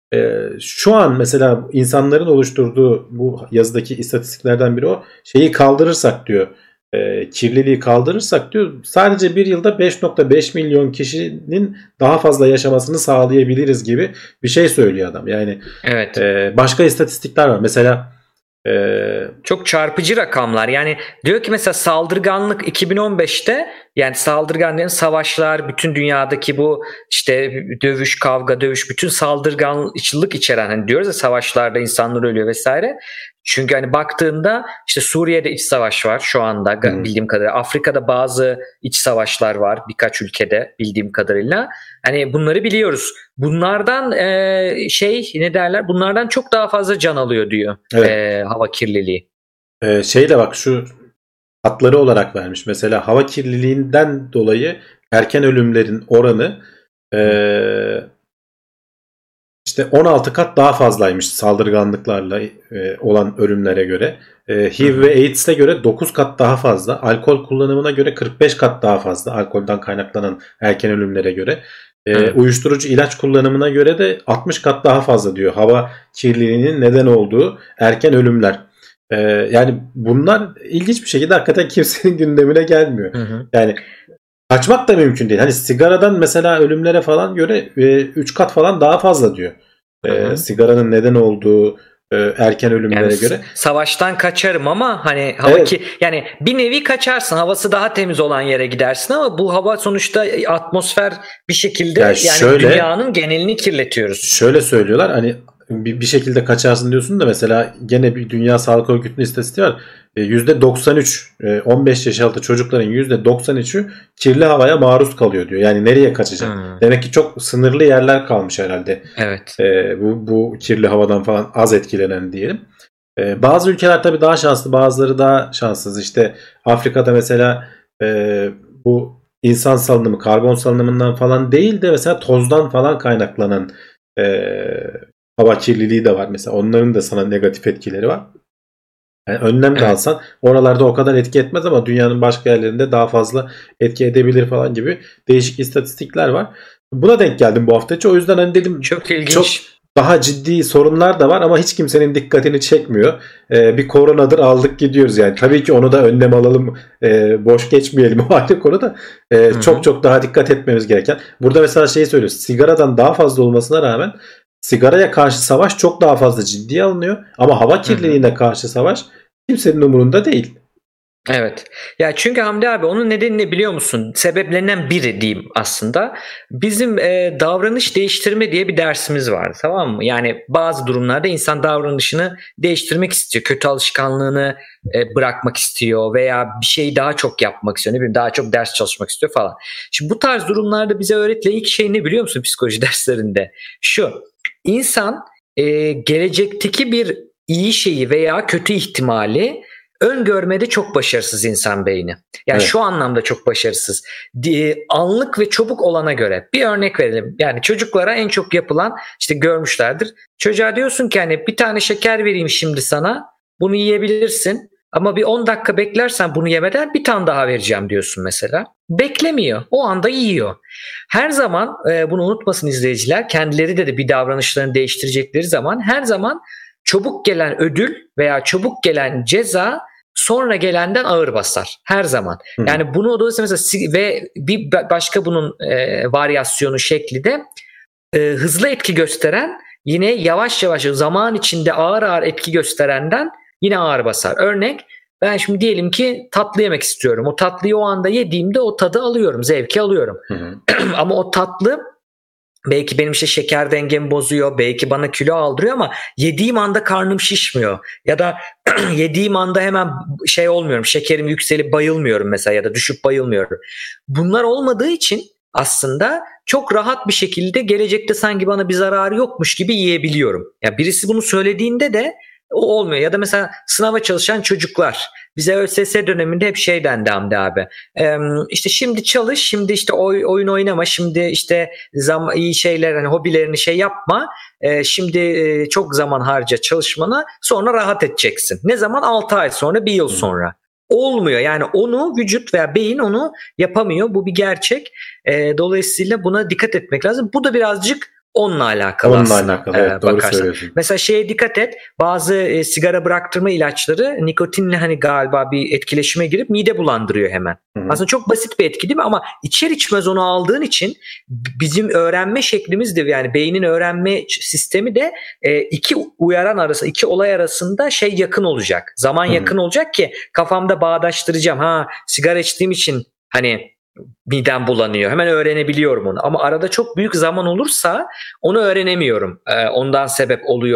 Şu an mesela insanların oluşturduğu bu yazıdaki istatistiklerden biri o. Şeyi kaldırırsak diyor. Kirliliği kaldırırsak diyor sadece bir yılda 5.5 milyon kişinin daha fazla yaşamasını sağlayabiliriz gibi bir şey söylüyor adam. Yani başka istatistikler var. Mesela çok çarpıcı rakamlar. Yani diyor ki mesela saldırganlık 2015'te yani saldırgan savaşlar bütün dünyadaki bu işte dövüş, kavga, dövüş bütün saldırganlık içeren hani diyoruz ya savaşlarda insanlar ölüyor vesaire. Çünkü hani baktığında işte Suriye'de iç savaş var şu anda bildiğim kadarıyla. Afrika'da bazı iç savaşlar var birkaç ülkede bildiğim kadarıyla. Hani bunları biliyoruz. Bunlardan ne derler? Bunlardan çok daha fazla can alıyor diyor hava kirliliği. Şeyle bak şu hatları olarak vermiş. Mesela hava kirliliğinden dolayı erken ölümlerin oranı işte 16 kat daha fazlaymış saldırganlıklarla olan ölümlere göre. HIV ve AIDS'e göre 9 kat daha fazla. Alkol kullanımına göre 45 kat daha fazla. Alkolden kaynaklanan erken ölümlere göre. Uyuşturucu ilaç kullanımına göre de 60 kat daha fazla diyor. Hava kirliliğinin neden olduğu erken ölümler. Yani bunlar ilginç bir şekilde hakikaten kimsenin gündemine gelmiyor. Yani kaçmak da mümkün değil. Hani sigaradan mesela ölümlere falan göre 3 kat falan daha fazla diyor. Sigaranın neden olduğu erken ölümlere yani göre. Savaştan kaçarım ama hani hava ki yani bir nevi kaçarsın. Havası daha temiz olan yere gidersin ama bu hava sonuçta atmosfer bir şekilde yani şöyle, dünyanın genelini kirletiyoruz. Şöyle söylüyorlar hani bir şekilde kaçarsın diyorsun da mesela gene bir Dünya Sağlık Örgütü'nün istatistiği var. %93 15 yaş altı çocukların %93'ü kirli havaya maruz kalıyor diyor. Yani nereye kaçacak? Demek ki çok sınırlı yerler kalmış herhalde. Evet. Bu kirli havadan falan az etkilenen diyelim. Bazı ülkeler tabii daha şanslı, bazıları daha şanssız. İşte Afrika'da mesela bu insan salınımı, karbon salınımından falan değil de mesela tozdan falan kaynaklanan hava kirliliği de var. Mesela onların da sana negatif etkileri var. Yani önlem de alsan oralarda o kadar etki etmez ama dünyanın başka yerlerinde daha fazla etki edebilir falan gibi değişik istatistikler var. Buna denk geldim bu hafta içi. O yüzden hani dedim çok ilginç. Çok daha ciddi sorunlar da var ama hiç kimsenin dikkatini çekmiyor. Bir koronadır aldık gidiyoruz yani. Tabii ki onu da önlem alalım. Boş geçmeyelim o ayrı konu da. Çok daha dikkat etmemiz gereken. Burada mesela şeyi söylüyoruz. Sigaradan daha fazla olmasına rağmen sigaraya karşı savaş çok daha fazla ciddiye alınıyor. Ama hava kirliliğine karşı savaş kimsenin umurunda değil. Evet. Ya çünkü Hamdi abi onun nedenini biliyor musun? Sebeplerinden biri diyeyim aslında. Bizim davranış değiştirme diye bir dersimiz var, tamam mı? Yani bazı durumlarda insan davranışını değiştirmek istiyor. Kötü alışkanlığını bırakmak istiyor veya bir şeyi daha çok yapmak istiyor. Ne bileyim daha çok ders çalışmak istiyor falan. Şimdi bu tarz durumlarda bize öğretilen ilk şey ne biliyor musun psikoloji derslerinde? Şu. İnsan gelecekteki bir iyi şeyi veya kötü ihtimali öngörmede çok başarısız insan beyni. Yani şu anlamda çok başarısız. Anlık ve çabuk olana göre. Bir örnek verelim. Yani çocuklara en çok yapılan işte görmüşlerdir. Çocuğa diyorsun ki hani bir tane şeker vereyim şimdi sana. Bunu yiyebilirsin. Ama bir 10 dakika beklersen bunu yemeden bir tane daha vereceğim diyorsun mesela. Beklemiyor. O anda yiyor. Her zaman bunu unutmasın izleyiciler. Kendileri de bir davranışlarını değiştirecekleri zaman her zaman çabuk gelen ödül veya çabuk gelen ceza sonra gelenden ağır basar. Her zaman. Yani bunu dolayısıyla mesela ve bir başka bunun varyasyonu şekli de hızlı etki gösteren yine yavaş yavaş zaman içinde ağır etki gösterenden yine ağır basar. Örnek ben şimdi diyelim ki tatlı yemek istiyorum. O tatlıyı o anda yediğimde o tadı alıyorum. Zevki alıyorum. Ama o tatlı belki benim işte şeker dengemi bozuyor. Belki bana kilo aldırıyor ama yediğim anda karnım şişmiyor. Ya da yediğim anda hemen şey olmuyorum. Şekerim yükselip bayılmıyorum mesela ya da düşüp bayılmıyorum. Bunlar olmadığı için aslında çok rahat bir şekilde gelecekte sanki bana bir zararı yokmuş gibi yiyebiliyorum. Ya birisi bunu söylediğinde de o olmuyor. Ya da mesela sınava çalışan çocuklar. Bize ÖSS döneminde hep şey dendi Hamdi abi. İşte şimdi çalış, şimdi işte oyun oynama, şimdi işte iyi şeyler hani hobilerini şey yapma. Şimdi çok zaman harca çalışmana, sonra rahat edeceksin. Ne zaman? 6 ay sonra, 1 yıl sonra. Olmuyor. Yani onu vücut veya beyin onu yapamıyor. Bu bir gerçek. Dolayısıyla buna dikkat etmek lazım. Bu da birazcık onunla alakalı aslında. Evet, doğru söylüyorsun. Mesela şeye dikkat et. Bazı sigara bıraktırma ilaçları nikotinle hani galiba bir etkileşime girip mide bulandırıyor hemen. Aslında çok basit bir etki değil mi? Ama içer içmez onu aldığın için bizim öğrenme şeklimiz de yani beynin öğrenme sistemi de iki uyaran arasında, iki olay arasında şey yakın olacak. Zaman yakın olacak ki kafamda bağdaştıracağım. Ha sigara içtiğim için hani midem bulanıyor. Hemen öğrenebiliyorum onu. Ama arada çok büyük zaman olursa onu öğrenemiyorum. Ondan sebep oluyor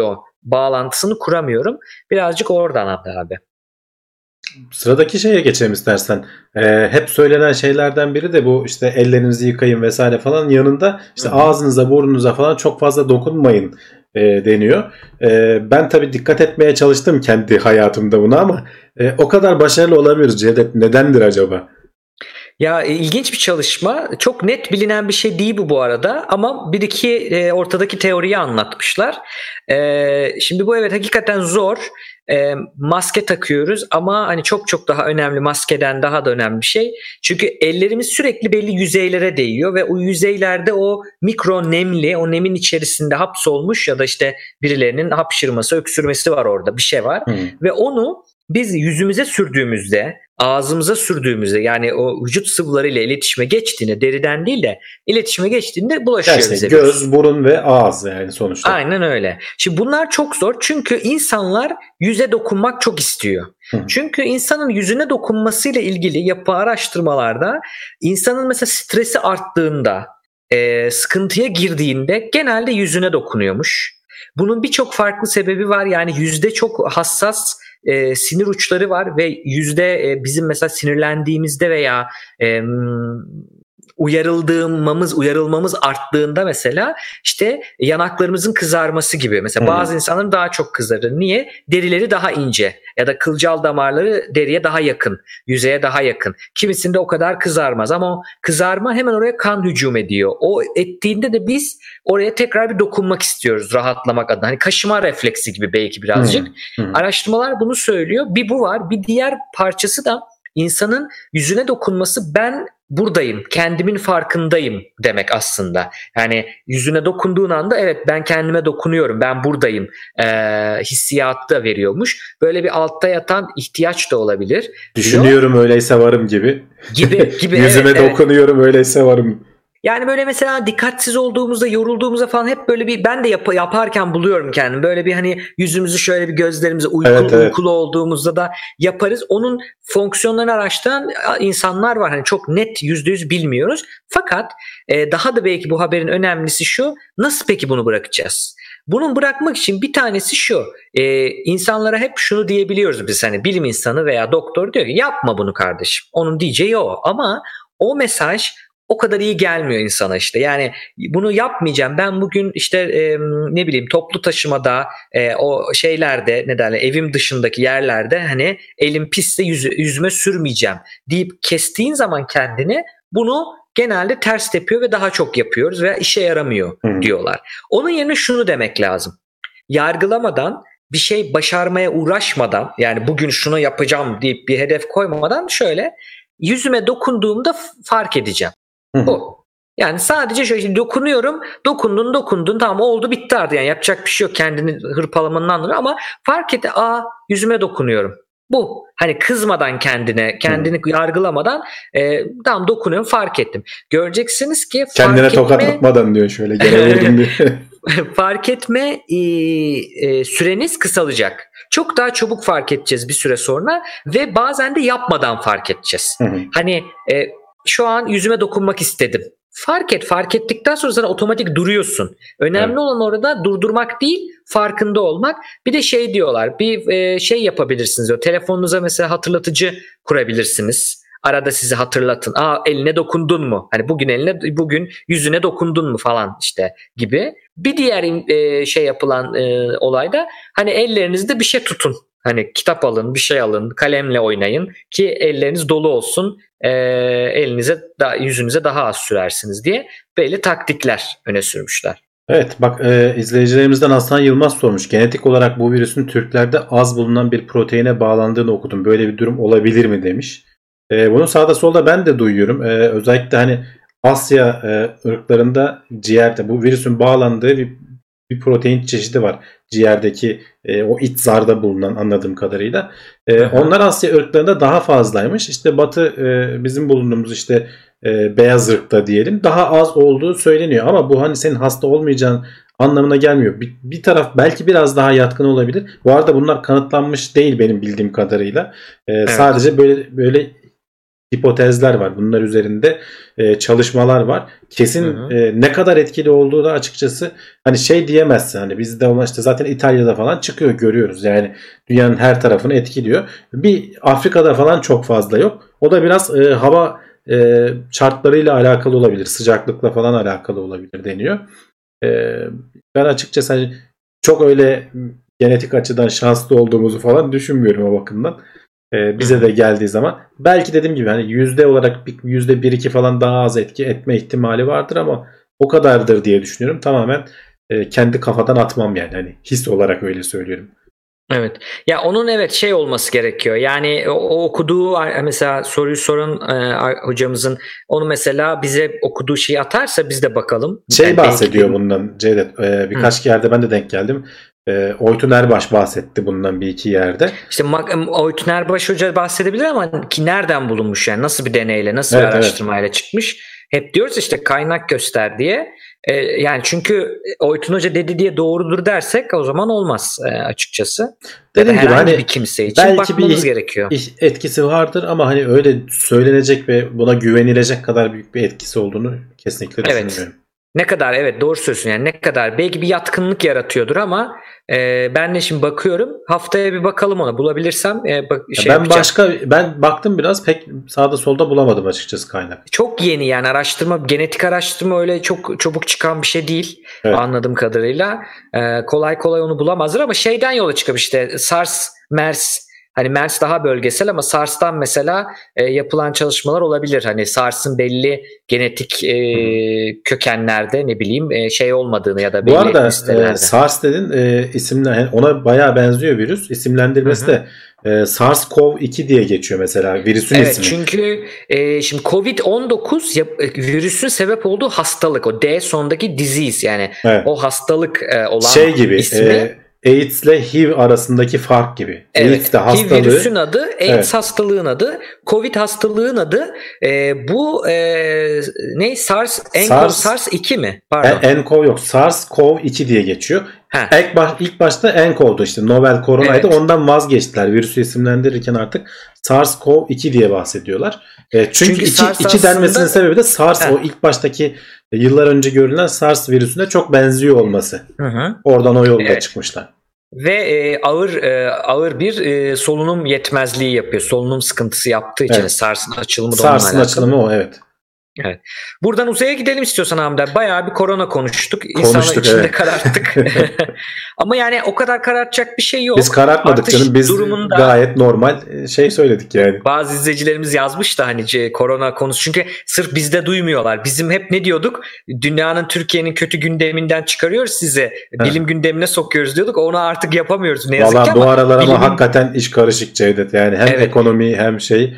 bağlantısını kuramıyorum. Birazcık oradan abi. Sıradaki şeye geçelim istersen. Hep söylenen şeylerden biri de bu işte ellerinizi yıkayın vesaire falan yanında işte ağzınıza burnunuza falan çok fazla dokunmayın deniyor. Ben tabii dikkat etmeye çalıştım kendi hayatımda buna ama o kadar başarılı olamıyoruz Cevdet. Nedendir acaba? Ya ilginç bir çalışma. Çok net bilinen bir şey değil bu arada ama bir iki ortadaki teoriyi anlatmışlar. Şimdi bu evet hakikaten zor. Maske takıyoruz ama hani çok çok daha önemli, maskeden daha da önemli bir şey. Çünkü ellerimiz sürekli belli yüzeylere değiyor ve o yüzeylerde o mikro nemli, o nemin içerisinde hapsolmuş ya da işte birilerinin hapşırması, öksürmesi var, orada bir şey var. Ve onu biz yüzümüze sürdüğümüzde, ağzımıza sürdüğümüzde, yani o vücut sıvılarıyla iletişime geçtiğinde, deriden değil de iletişime geçtiğinde bulaşıyor yani bize. Göz, burun ve ağız yani sonuçta. Aynen öyle. Şimdi bunlar çok zor çünkü insanlar yüze dokunmak çok istiyor. Çünkü insanın yüzüne dokunmasıyla ilgili yapı araştırmalarda insanın mesela stresi arttığında, sıkıntıya girdiğinde genelde yüzüne dokunuyormuş. Bunun birçok farklı sebebi var. Yani yüzde çok hassas sinir uçları var ve yüzde bizim mesela sinirlendiğimizde veya uyarılmamız arttığında mesela işte yanaklarımızın kızarması gibi. Mesela bazı insanların daha çok kızarır. Niye? Derileri daha ince ya da kılcal damarları deriye daha yakın, yüzeye daha yakın. Kimisinde o kadar kızarmaz ama o kızarma hemen oraya kan hücum ediyor. O ettiğinde de biz oraya tekrar bir dokunmak istiyoruz rahatlamak adına. Hani kaşıma refleksi gibi belki birazcık. Araştırmalar bunu söylüyor. Bir bu var. Bir diğer parçası da insanın yüzüne dokunması, ben buradayım, kendimin farkındayım demek aslında. Yani yüzüne dokunduğun anda evet ben kendime dokunuyorum, ben buradayım hissiyatı da veriyormuş. Böyle bir altta yatan ihtiyaç da olabilir. Düşünüyorum öyleyse varım gibi. Gibi Yüzüme dokunuyorum öyleyse varım. Yani böyle mesela dikkatsiz olduğumuzda, yorulduğumuzda falan hep böyle bir, ben de yaparken buluyorum kendimi. Böyle bir hani yüzümüzü şöyle bir, gözlerimizi uykulu olduğumuzda da yaparız. Onun fonksiyonlarını araştıran insanlar var. Hani çok net %100 bilmiyoruz. Fakat daha da belki bu haberin önemlisi şu: nasıl peki bunu bırakacağız? Bunun bırakmak için bir tanesi şu: insanlara hep şunu diyebiliyoruz biz, hani bilim insanı veya doktor diyor ki yapma bunu kardeşim. Onun diyeceği o, ama o mesaj o kadar iyi gelmiyor insana işte. Yani bunu yapmayacağım. Ben bugün işte ne bileyim toplu taşımada, o şeylerde, ne derler, evim dışındaki yerlerde hani elim pisse yüzüme sürmeyeceğim deyip kestiğin zaman kendini, bunu genelde ters tepiyor ve daha çok yapıyoruz veya işe yaramıyor diyorlar. Onun yerine şunu demek lazım: yargılamadan, bir şey başarmaya uğraşmadan, yani bugün şunu yapacağım deyip bir hedef koymadan, şöyle yüzüme dokunduğumda fark edeceğim. Bu. Yani sadece şöyle dokunuyorum, dokundun tamam, oldu bitti artık, yani yapacak bir şey yok, kendini hırpalamanın anlamı, ama fark et, yüzüme dokunuyorum. Bu. Hani kızmadan, kendini yargılamadan tamam dokunuyorum, fark ettim. Göreceksiniz ki kendine tokat atmadan diyor, şöyle gene vurdum diyor. Fark etme süreniz kısalacak. Çok daha çabuk fark edeceğiz bir süre sonra ve bazen de yapmadan fark edeceğiz. Hani şu an yüzüme dokunmak istedim. Fark ettikten sonra sana otomatik duruyorsun. Önemli olan orada durdurmak değil, farkında olmak. Bir de şey diyorlar, bir şey yapabilirsiniz diyor. Telefonunuza mesela hatırlatıcı kurabilirsiniz. Arada sizi hatırlatın. Eline dokundun mu? Hani bugün yüzüne dokundun mu falan işte gibi. Bir diğer şey yapılan olayda hani ellerinizde bir şey tutun. Hani kitap alın, bir şey alın, kalemle oynayın ki elleriniz dolu olsun. Yüzünüze daha az sürersiniz diye belli taktikler öne sürmüşler. Evet, bak izleyicilerimizden Hasan Yılmaz sormuş. Genetik olarak bu virüsün Türklerde az bulunan bir proteine bağlandığını okudum. Böyle bir durum olabilir mi demiş. Bunu sağda solda ben de duyuyorum. Özellikle hani Asya ırklarında ciğerde bu virüsün bağlandığı bir protein çeşidi var. Ciğerdeki o iç zarda bulunan, anladığım kadarıyla. Onlar Asya ırklarında daha fazlaymış. İşte Batı bizim bulunduğumuz işte beyaz ırkta diyelim daha az olduğu söyleniyor. Ama bu hani senin hasta olmayacağın anlamına gelmiyor. Bir taraf belki biraz daha yatkın olabilir. Bu arada bunlar kanıtlanmış değil benim bildiğim kadarıyla. Evet. Sadece böyle hipotezler var. Bunlar üzerinde çalışmalar var. Kesin ne kadar etkili olduğu da açıkçası hani şey diyemezsin. Hani bizde ama işte zaten İtalya'da falan çıkıyor, görüyoruz. Yani dünyanın her tarafını etkiliyor. Bir Afrika'da falan çok fazla yok. O da biraz hava şartlarıyla alakalı olabilir. Sıcaklıkla falan alakalı olabilir deniyor. Ben açıkçası hani çok öyle genetik açıdan şanslı olduğumuzu falan düşünmüyorum o bakımdan. Bize de geldiği zaman belki dediğim gibi hani yüzde olarak %1-2 falan daha az etki etme ihtimali vardır ama o kadardır diye düşünüyorum. Tamamen kendi kafadan atmam yani. Hani his olarak öyle söylüyorum. Evet. Ya onun evet şey olması gerekiyor. Yani o okuduğu mesela soruyu soran hocamızın onu mesela bize okuduğu şeyi atarsa biz de bakalım. Şey bahsediyor bundan Cevdet. Birkaç yerde ben de denk geldim. Oytun Erbaş bahsetti bundan bir iki yerde. İşte Oytun Erbaş Hoca bahsedebilir ama ki nereden bulunmuş yani nasıl bir deneyle nasıl bir araştırmayla çıkmış. Hep diyoruz işte kaynak göster diye. Yani çünkü Oytun Hoca dedi diye doğrudur dersek o zaman olmaz açıkçası. Dediğim gibi herhangi hani bir kimse için belki bakmamız bir gerekiyor. Etkisi vardır ama hani öyle söylenecek ve buna güvenilecek kadar büyük bir etkisi olduğunu kesinlikle düşünmüyorum. Ne kadar evet doğru söylüyorsun yani ne kadar belki bir yatkınlık yaratıyordur ama ben de şimdi bakıyorum haftaya bir bakalım ona bulabilirsem ben baktım biraz pek sağda solda bulamadım açıkçası kaynak. Çok yeni yani genetik araştırma öyle çok çabuk çıkan bir şey değil anladığım kadarıyla kolay kolay onu bulamazlar ama şeyden yola çıkıp işte SARS, MERS. Hani MERS daha bölgesel ama SARS'tan mesela yapılan çalışmalar olabilir. Hani SARS'ın belli genetik kökenlerde ne bileyim şey olmadığını ya da belli Bu arada SARS dedin isimler ona bayağı benziyor virüs. İsimlendirmesi de SARS-CoV-2 diye geçiyor mesela virüsün ismi. Evet çünkü şimdi COVID-19 virüsün sebep olduğu hastalık. O D sondaki disease yani o hastalık olan şey gibi, ismi. AIDS ile HIV arasındaki fark gibi. Evet. AIDS de hastalığı. HIV virüsün adı, AIDS hastalığın adı, COVID hastalığın adı. Bu ne? SARS-2 mi? Pardon. nCoV yok. SARS-CoV-2 diye geçiyor. İlk başta nCoV'du işte. Novel koronaydı. Evet. Ondan vazgeçtiler. Virüsü isimlendirirken artık SARS-CoV-2 diye bahsediyorlar. Çünkü içi denmesinin sebebi de SARS o ilk baştaki yıllar önce görülen SARS virüsüne çok benziyor olması. Oradan o yolda çıkmışlar. Ve ağır bir solunum yetmezliği yapıyor. Solunum sıkıntısı yaptığı için SARS'ın açılımı da onunla alakalı. SARS'ın açılımı o evet. Evet. Buradan uzaya gidelim istiyorsan Hamdi. Bayağı bir korona konuştuk. İnsanlar içinde kararttık. Ama yani o kadar karartacak bir şey yok. Biz karartmadık canım. Biz gayet normal şey söyledik yani. Bazı izleyicilerimiz yazmış da hani korona konusu. Çünkü sırf bizde duymuyorlar. Bizim hep ne diyorduk? Dünyanın, Türkiye'nin kötü gündeminden çıkarıyoruz sizi. Bilim gündemine sokuyoruz diyorduk. Onu artık yapamıyoruz. Ne yazık ki ama. Bu aralar ama hakikaten iş karışık Cevdet. Yani hem ekonomi hem şey.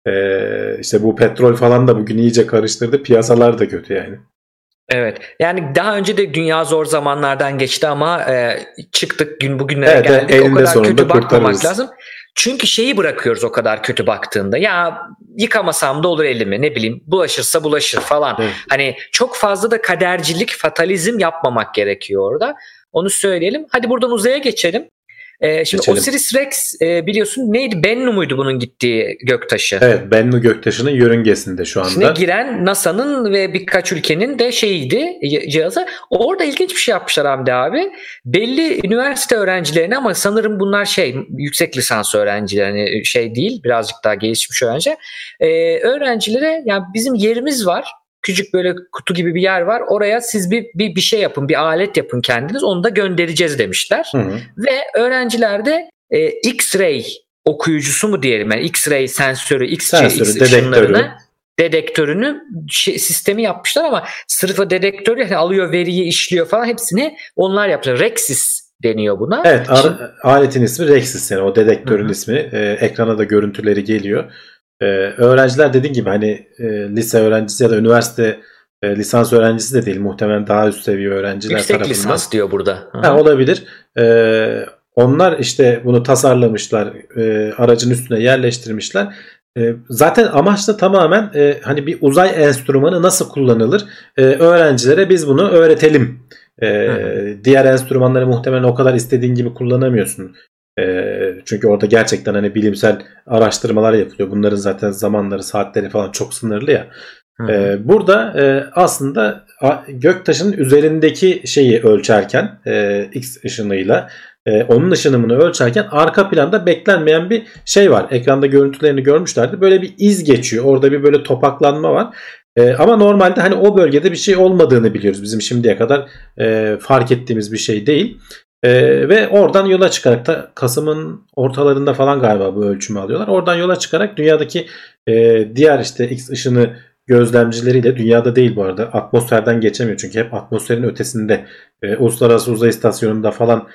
İşte bu petrol falan da bugün iyice karıştırdı. Piyasalar da kötü yani. Evet. Yani daha önce de dünya zor zamanlardan geçti ama çıktık bugünlere geldik. O kadar kötü bakmamak lazım. Çünkü şeyi bırakıyoruz o kadar kötü baktığında. Ya yıkamasam da olur elimi ne bileyim bulaşırsa bulaşır falan. Evet. Hani çok fazla da kadercilik, fatalizm yapmamak gerekiyor orada. Onu söyleyelim. Hadi buradan uzaya geçelim. Şimdi Osiris-Rex biliyorsun neydi? Bennu muydu bunun gittiği göktaşı? Evet, Bennu göktaşının yörüngesinde şu anda. İçine giren NASA'nın ve birkaç ülkenin de şeyiydi cihazı. Orada ilginç bir şey yapmışlar Hamdi abi. Belli üniversite öğrencilerine ama sanırım bunlar yüksek lisans öğrencileri şey değil birazcık daha gelişmiş öğrenci. Öğrencilere yani bizim yerimiz var. Küçük böyle kutu gibi bir yer var. Oraya siz bir şey yapın, bir alet yapın kendiniz. Onu da göndereceğiz demişler. Ve öğrenciler de X-ray okuyucusu mu diyelim? Yani X-ray sensörü, dedektörünü sistemi yapmışlar ama sırf o dedektörü yani alıyor veriyi, işliyor falan hepsini onlar yapmışlar. Rexis deniyor buna. Evet, aletin ismi Rexis yani o dedektörün ismi. Ekrana da görüntüleri geliyor. Öğrenciler dediğin gibi hani lise öğrencisi ya da üniversite lisans öğrencisi de değil muhtemelen daha üst seviye öğrenciler yüksek tarafından. Yüksek lisans diyor burada. Olabilir. Onlar işte bunu tasarlamışlar, aracın üstüne yerleştirmişler. Zaten amaç da tamamen hani bir uzay enstrümanı nasıl kullanılır öğrencilere biz bunu öğretelim. Diğer enstrümanları muhtemelen o kadar istediğin gibi kullanamıyorsun. Çünkü orada gerçekten hani bilimsel araştırmalar yapılıyor. Bunların zaten zamanları, saatleri falan çok sınırlı ya. Burada aslında göktaşının üzerindeki şeyi ölçerken X ışınıyla onun ışınımını ölçerken arka planda beklenmeyen bir şey var. Ekranda görüntülerini görmüşlerdi. Böyle bir iz geçiyor. Orada bir böyle topaklanma var. Ama normalde hani o bölgede bir şey olmadığını biliyoruz. Bizim şimdiye kadar fark ettiğimiz bir şey değil. Ve oradan yola çıkarak da Kasım'ın ortalarında falan galiba bu ölçümü alıyorlar. Oradan yola çıkarak dünyadaki diğer işte X ışını gözlemcileriyle, dünyada değil bu arada, atmosferden geçemiyor çünkü hep atmosferin ötesinde, Uluslararası Uzay İstasyonu'nda falan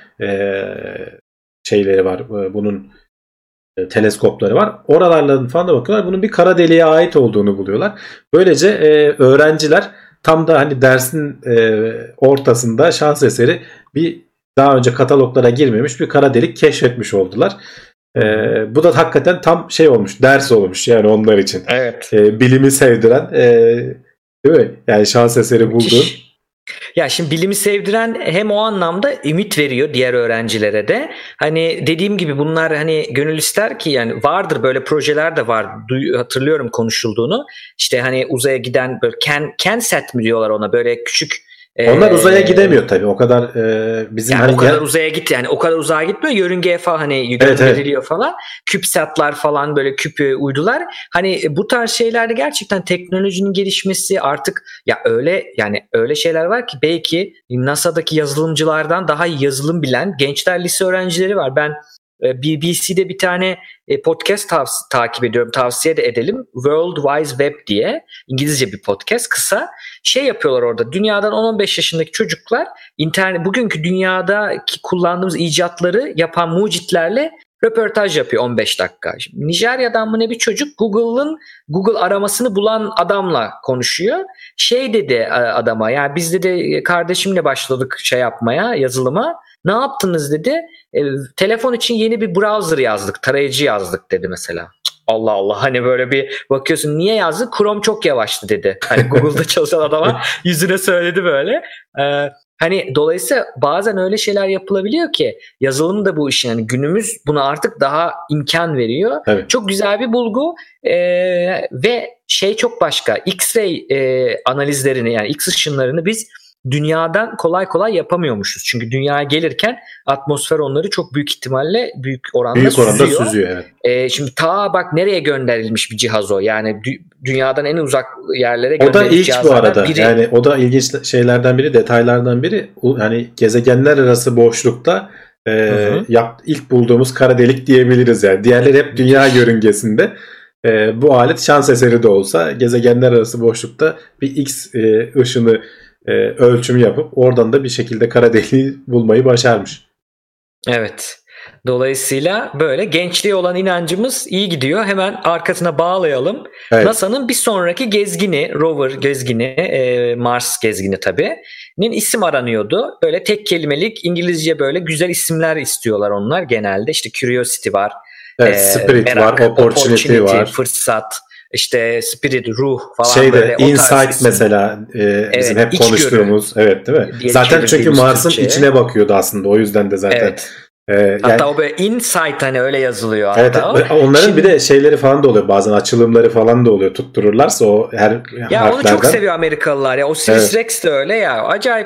şeyleri var, bunun teleskopları var. Oralarla falan da bakıyorlar. Bunun bir kara deliğe ait olduğunu buluyorlar. Böylece öğrenciler tam da hani dersin ortasında şans eseri bir daha önce kataloglara girmemiş bir kara delik keşfetmiş oldular. Bu da hakikaten tam şey olmuş, ders olmuş yani onlar için. Evet. Bilimi sevdiren, değil mi? Yani şans eseri bulduğun. Ya şimdi bilimi sevdiren hem o anlamda ümit veriyor diğer öğrencilere de. Hani dediğim gibi bunlar hani gönül ister ki, yani vardır böyle projeler de var. Hatırlıyorum konuşulduğunu. İşte hani uzaya giden böyle CanSat mi diyorlar ona, böyle küçük. Onlar uzaya gidemiyor tabii. O kadar bizim yani hani o kadar uzaya gitti, yani o kadar uzağa gitmiyor. Yörüngeye falan hani gönderiliyor falan. CubeSat'lar falan, böyle küp uydular. Hani bu tarz şeylerde gerçekten teknolojinin gelişmesi artık, ya öyle yani öyle şeyler var ki belki NASA'daki yazılımcılardan daha iyi yazılım bilen gençler, lise öğrencileri var. Ben BBC'de bir tane podcast takip ediyorum. Tavsiye de edelim. World Wide Web diye. İngilizce bir podcast. Kısa. Şey yapıyorlar orada. Dünyadan 10-15 yaşındaki çocuklar bugünkü dünyadaki kullandığımız icatları yapan mucitlerle röportaj yapıyor 15 dakika. Şimdi Nijerya'dan mı ne bir çocuk Google aramasını bulan adamla konuşuyor. Şey dedi adama, ya biz dedi kardeşimle başladık şey yapmaya, yazılıma. Ne yaptınız dedi. Telefon için yeni bir browser yazdık, tarayıcı yazdık dedi mesela. Allah Allah, hani böyle bir bakıyorsun, niye yazdık? Chrome çok yavaştı dedi. Hani Google'da çalışan adama yüzüne söyledi böyle. Hani dolayısıyla bazen öyle şeyler yapılabiliyor ki yazılım da bu işin, yani günümüz buna artık daha imkan veriyor. Evet. Çok güzel bir bulgu ve şey çok başka. X-ray analizlerini, yani X ışınlarını biz dünyadan kolay kolay yapamıyormuşuz. Çünkü dünyaya gelirken atmosfer onları çok büyük ihtimalle büyük oranda süzüyor. Evet. Şimdi ta bak nereye gönderilmiş bir cihaz o. Yani dünyadan en uzak yerlere gönderilmiş. O da ilk cihazlardan bu arada. biri. Yani o da ilginç şeylerden biri, detaylardan biri. Yani gezegenler arası boşlukta ilk bulduğumuz kara delik diyebiliriz yani. Diğerleri hep dünya yörüngesinde. Bu alet şans eseri de olsa gezegenler arası boşlukta bir X ışını ölçüm yapıp oradan da bir şekilde kara deliği bulmayı başarmış. Evet. Dolayısıyla böyle gençliğe olan inancımız iyi gidiyor. Hemen arkasına bağlayalım. Evet. NASA'nın bir sonraki gezgini, rover gezgini, Mars gezgini tabii, isim aranıyordu. Böyle tek kelimelik İngilizce böyle güzel isimler istiyorlar onlar genelde. İşte Curiosity var. Evet, Spirit merak, var, Opportunity var. Fırsat. İşte Spirit, ruh falan böyle. Insight mesela bizim hep konuştuğumuz. Evet, değil mi? Zaten çünkü Mars'ın içine bakıyordu aslında. O yüzden de zaten. Evet. Hatta o böyle Insight hani öyle yazılıyor. Evet, hatta. Onların bir de şeyleri falan da oluyor. Bazen açılımları falan da oluyor. Tuttururlarsa o her ya harflerden. Onu çok seviyor Amerikalılar. Ya o Sirius Rex de öyle ya. Acayip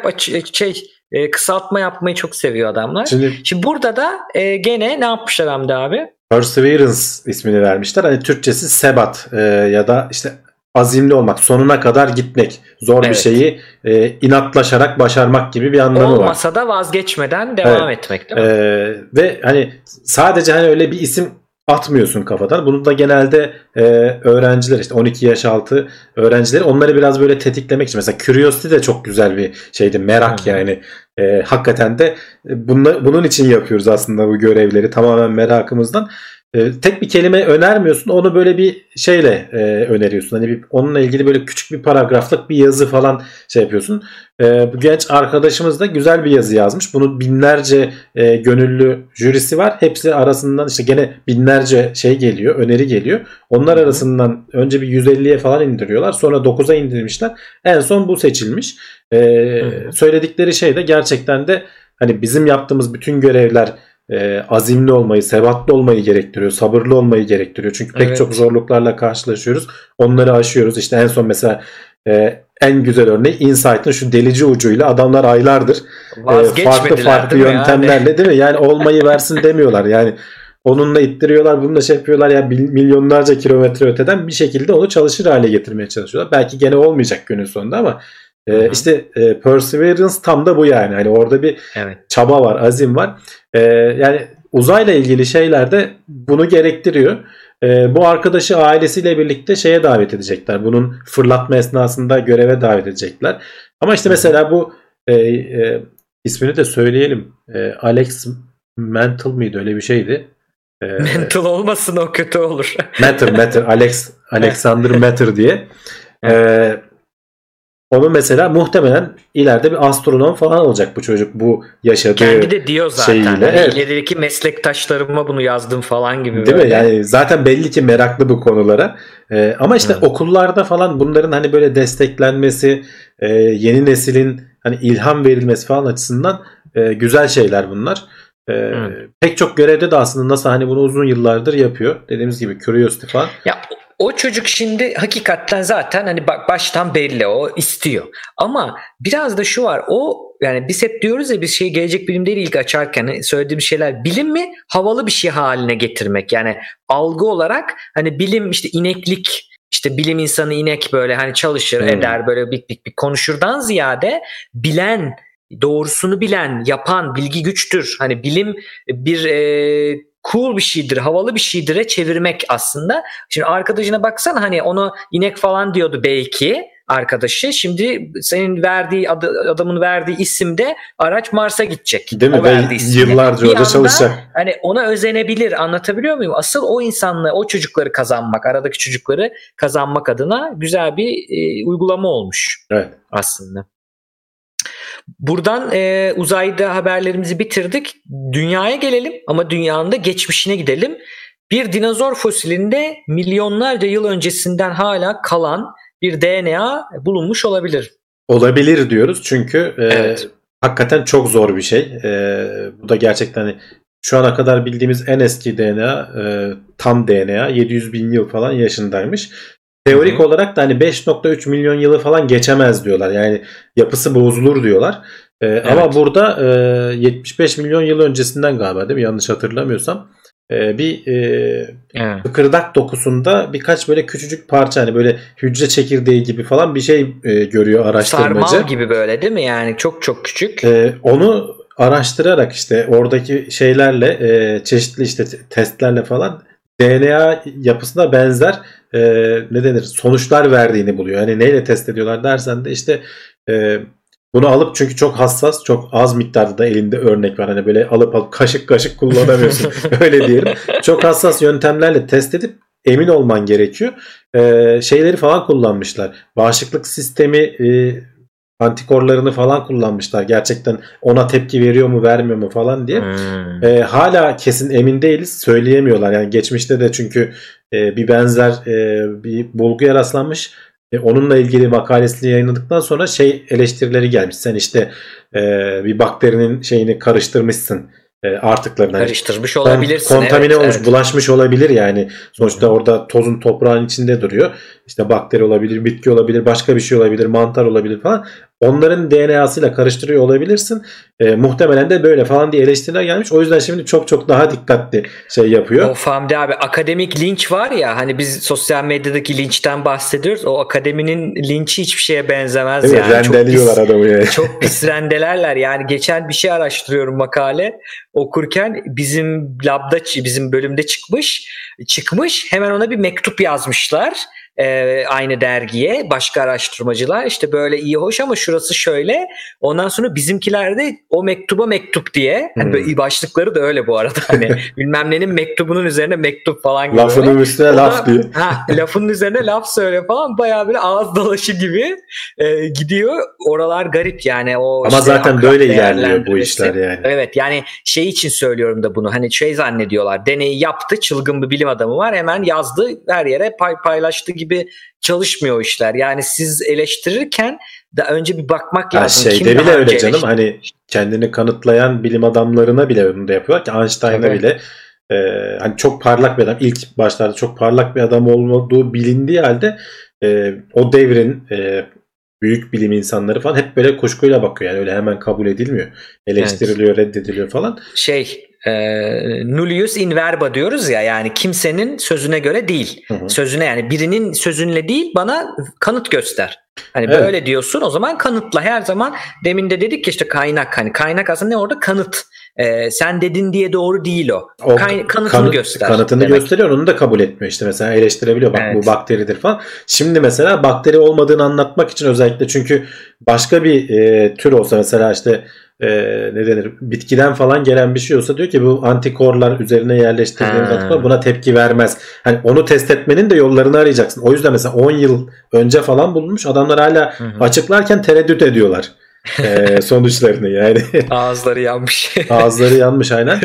kısaltma yapmayı çok seviyor adamlar. Şimdi burada da gene ne yapmışlar Hamdi abi? Perseverance ismini vermişler. Hani Türkçesi sebat ya da işte azimli olmak, sonuna kadar gitmek, zor bir şeyi inatlaşarak başarmak gibi bir anlamı var. Olmasa da vazgeçmeden devam etmek, değil mi? Ve hani sadece hani öyle bir isim atmıyorsun kafadan. Bunu da genelde öğrenciler, işte 12 yaş altı öğrencileri, onları biraz böyle tetiklemek için. Mesela Curiosity de çok güzel bir şeydi. Merak yani. Hakikaten de bunun için yapıyoruz aslında bu görevleri. Tamamen merakımızdan. Tek bir kelime önermiyorsun. Onu böyle bir şeyle öneriyorsun. Hani onunla ilgili böyle küçük bir paragraflık bir yazı falan şey yapıyorsun. Bu genç arkadaşımız da güzel bir yazı yazmış. Bunun binlerce gönüllü jürisi var. Hepsi arasından işte gene binlerce şey geliyor, öneri geliyor. Onlar arasından önce bir 150'ye falan indiriyorlar. Sonra 9'a indirmişler. En son bu seçilmiş. Söyledikleri şey de gerçekten de hani bizim yaptığımız bütün görevler azimli olmayı, sebatlı olmayı gerektiriyor, sabırlı olmayı gerektiriyor. Çünkü pek çok zorluklarla karşılaşıyoruz. Onları aşıyoruz. İşte en son mesela en güzel örneği Insight'ın şu delici ucuyla adamlar aylardır farklı yöntemlerle yani. Değil mi? Yani olmayı versin demiyorlar. Yani onunla ittiriyorlar, bununla şey yapıyorlar. Yani milyonlarca kilometre öteden bir şekilde onu çalışır hale getirmeye çalışıyorlar. Belki gene olmayacak günün sonunda ama işte Perseverance tam da bu yani. Hani orada bir çaba var, azim var. Yani uzayla ilgili şeyler de bunu gerektiriyor. Bu arkadaşı ailesiyle birlikte şeye davet edecekler. Bunun fırlatma esnasında göreve davet edecekler. Ama işte mesela bu ismini de söyleyelim. Alex Mantle mıydı? Öyle bir şeydi. Mental olmasın, o kötü olur. Matter. Alexander Matter diye. Onu mesela muhtemelen ileride bir astronom falan olacak bu çocuk, bu yaşadığı kendi de diyor zaten. Şeyiyle. Hani ilerideki meslektaşlarıma bunu yazdım falan gibi. Değil mi? Yani zaten belli ki meraklı bu konulara. Ama işte okullarda falan bunların hani böyle desteklenmesi, yeni neslin hani ilham verilmesi falan açısından güzel şeyler bunlar. Pek çok görevde de aslında NASA hani bunu uzun yıllardır yapıyor. Dediğimiz gibi Curiosity falan. Ya o çocuk şimdi hakikaten zaten hani baştan belli, o istiyor. Ama biraz da şu var, o yani biz hep diyoruz ya, biz gelecek bilimleri ilk açarken söylediğim şeyler, bilim mi havalı bir şey haline getirmek. Yani algı olarak hani bilim işte ineklik, işte bilim insanı inek böyle hani çalışır eder böyle bir konuşurdan ziyade bilen, doğrusunu bilen, yapan, bilgi güçtür. Hani bilim bir cool bir şeydir, havalı bir şeydir'e çevirmek aslında. Şimdi arkadaşına baksan, hani onu inek falan diyordu belki arkadaşı. Şimdi senin verdiği adamın verdiği isimde araç Mars'a gidecek. Değil mi? Ve yıllarca orada çalışacak. Hani ona özenebilir. Anlatabiliyor muyum? Asıl o insanla o çocukları kazanmak, aradaki çocukları kazanmak adına güzel bir uygulama olmuş. Evet. Aslında. Buradan uzayda haberlerimizi bitirdik. Dünyaya gelelim ama dünyanın da geçmişine gidelim. Bir dinozor fosilinde milyonlarca yıl öncesinden hala kalan bir DNA bulunmuş olabilir. Olabilir diyoruz çünkü hakikaten çok zor bir şey. Bu da gerçekten hani şu ana kadar bildiğimiz en eski DNA, tam DNA 700 bin yıl falan yaşındaymış. Teorik olarak da hani 5.3 milyon yılı falan geçemez diyorlar. Yani yapısı bozulur diyorlar. Ama burada 75 milyon yıl öncesinden galiba, değil mi? Yanlış hatırlamıyorsam. Bir kıkırdak dokusunda birkaç böyle küçücük parça, hani böyle hücre çekirdeği gibi falan bir şey görüyor araştırmacı. Sarmal gibi böyle, değil mi? Yani çok çok küçük. Onu araştırarak işte oradaki şeylerle çeşitli işte testlerle falan DNA yapısına benzer ne denir, sonuçlar verdiğini buluyor. Hani neyle test ediyorlar dersen de işte bunu alıp, çünkü çok hassas, çok az miktarda da elinde örnek var. Hani böyle alıp kaşık kaşık kullanamıyorsun. Öyle diyelim. Çok hassas yöntemlerle test edip emin olman gerekiyor. Şeyleri falan kullanmışlar. Bağışıklık sistemi antikorlarını falan kullanmışlar. Gerçekten ona tepki veriyor mu vermiyor mu falan diye. Hala kesin emin değiliz. Söyleyemiyorlar. Yani geçmişte de çünkü bir benzer bir bulguya rastlanmış. Onunla ilgili makalesini yayınladıktan sonra eleştirileri gelmiş. Sen işte bir bakterinin şeyini karıştırmışsın. Artıklarını. Karıştırmış olabilirsin. Kontamine olmuş, bulaşmış olabilir yani. Sonuçta orada tozun toprağın içinde duruyor. İşte bakteri olabilir, bitki olabilir, başka bir şey olabilir, mantar olabilir falan. Onların DNA'sıyla karıştırıyor olabilirsin. Muhtemelen de böyle falan diye eleştiriler gelmiş. O yüzden şimdi çok çok daha dikkatli şey yapıyor. Of Hamdi abi, akademik linç var ya, hani biz sosyal medyadaki linçten bahsediyoruz. O akademinin linçi hiçbir şeye benzemez. Evet, yani. Rendeliyorlar adamı yani. Çok pis rendelerler. Yani geçen bir şey araştırıyorum, makale okurken bizim labda, bizim bölümde çıkmış. Hemen ona bir mektup yazmışlar. Aynı dergiye başka araştırmacılar, işte böyle iyi hoş ama şurası şöyle. Ondan sonra bizimkiler de o mektuba mektup diye, hani böyle başlıkları da öyle bu arada, hani bilmem nenin mektubunun üzerine mektup falan gibi. Lafının üstüne laf diyor. Lafının üzerine laf söyle falan, bayağı böyle ağız dalaşı gibi gidiyor. Oralar garip yani. O ama işte zaten böyle ilerliyor bu işler yani. Evet, yani şey için söylüyorum da bunu, hani zannediyorlar, deneyi yaptı, çılgın bir bilim adamı var, hemen yazdı, her yere paylaştı gibi gibi çalışmıyor o işler. Yani siz eleştirirken de önce bir bakmak lazım. Şeyde Kim bile daha öyle önce canım, hani kendini kanıtlayan bilim adamlarına bile onu da yapıyorlar ki Einstein'a bile hani çok parlak bir adam, ilk başlarda çok parlak bir adam olmadığı bilindiği halde o devrin büyük bilim insanları falan hep böyle kuşkuyla bakıyor. Yani öyle hemen kabul edilmiyor. Eleştiriliyor, reddediliyor falan. Nullius in verba diyoruz ya, yani kimsenin sözüne göre değil. Hı. Sözüne, yani birinin sözünle değil, bana kanıt göster. Hani böyle diyorsun, o zaman kanıtla. Her zaman demin de dedik ki işte kaynak, hani kaynak aslında ne orada? Kanıt. Sen dedin diye doğru değil o. Kanıtını göster. Kanıtını gösteriyor, onu da kabul etmiyor işte, mesela eleştirebiliyor, bak bu bakteridir falan. Şimdi mesela bakteri olmadığını anlatmak için özellikle, çünkü başka bir tür olsa mesela işte ne denir, bitkiden falan gelen bir şey olsa diyor ki bu antikorlar üzerine yerleştirdiğimiz antikor buna tepki vermez. Hani onu test etmenin de yollarını arayacaksın. O yüzden mesela 10 yıl önce falan bulunmuş adamlar hala açıklarken tereddüt ediyorlar. Sonuçlarını yani. Ağızları yanmış. Ağızları yanmış aynen.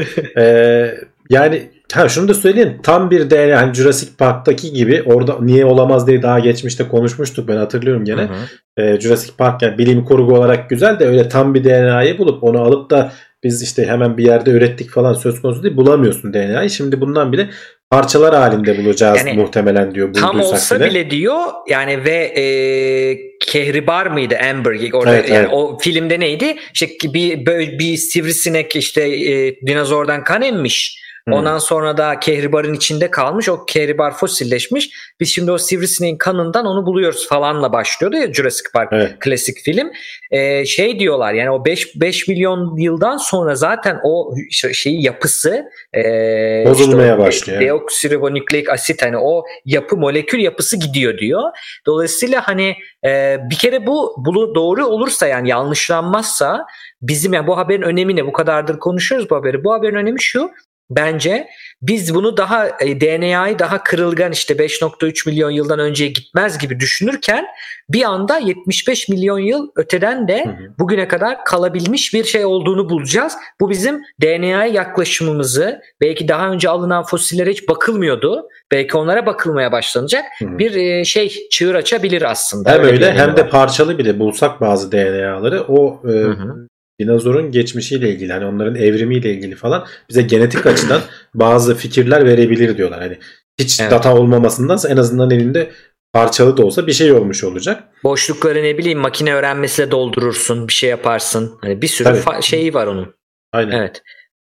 Yani şunu da söyleyeyim, tam bir DNA, hani Jurassic Park'taki gibi, orada niye olamaz diye daha geçmişte konuşmuştuk, ben hatırlıyorum gene. Jurassic Park yani bilim kurgu olarak güzel de öyle tam bir DNA'yı bulup onu alıp da biz işte hemen bir yerde ürettik falan söz konusu değil, bulamıyorsun DNA'yı. Şimdi bundan bile parçalar halinde bulacağız yani, muhtemelen diyor. Tam olsa bile diyor yani, ve kehribar mıydı, Amber orada, evet, yani evet. O filmde neydi? İşte bir sivrisinek işte dinozordan kan emmiş. Ondan sonra da kehribarın içinde kalmış. O kehribar fosilleşmiş. Biz şimdi o sivrisineğin kanından onu buluyoruz falanla başlıyordu ya Jurassic Park, evet. Klasik film. Diyorlar yani o 5 milyon yıldan sonra zaten o yapısı bozulmaya başlıyor. Deoksiribonükleik asit, hani o yapı, molekül yapısı gidiyor diyor. Dolayısıyla hani bir kere bu doğru olursa, yani yanlışlanmazsa, bizim yani bu haberin önemi ne? Bu kadardır konuşuyoruz bu haberi. Bu haberin önemi şu: bence biz bunu daha DNA'yı daha kırılgan, işte 5.3 milyon yıldan önceye gitmez gibi düşünürken bir anda 75 milyon yıl öteden de bugüne kadar kalabilmiş bir şey olduğunu bulacağız. Bu bizim DNA'ya yaklaşımımızı, belki daha önce alınan fosillere hiç bakılmıyordu, belki onlara bakılmaya başlanacak bir çığır açabilir aslında. Hem öyle hem de parçalı bile bulsak bazı DNA'ları, o dinozorun geçmişiyle ilgili, hani onların evrimiyle ilgili falan bize genetik açıdan bazı fikirler verebilir diyorlar. Hani hiç data olmamasındansa en azından elinde parçalı da olsa bir şey olmuş olacak. Boşlukları ne bileyim makine öğrenmesiyle doldurursun, bir şey yaparsın. Hani bir sürü şeyi var onun. Aynen. Evet.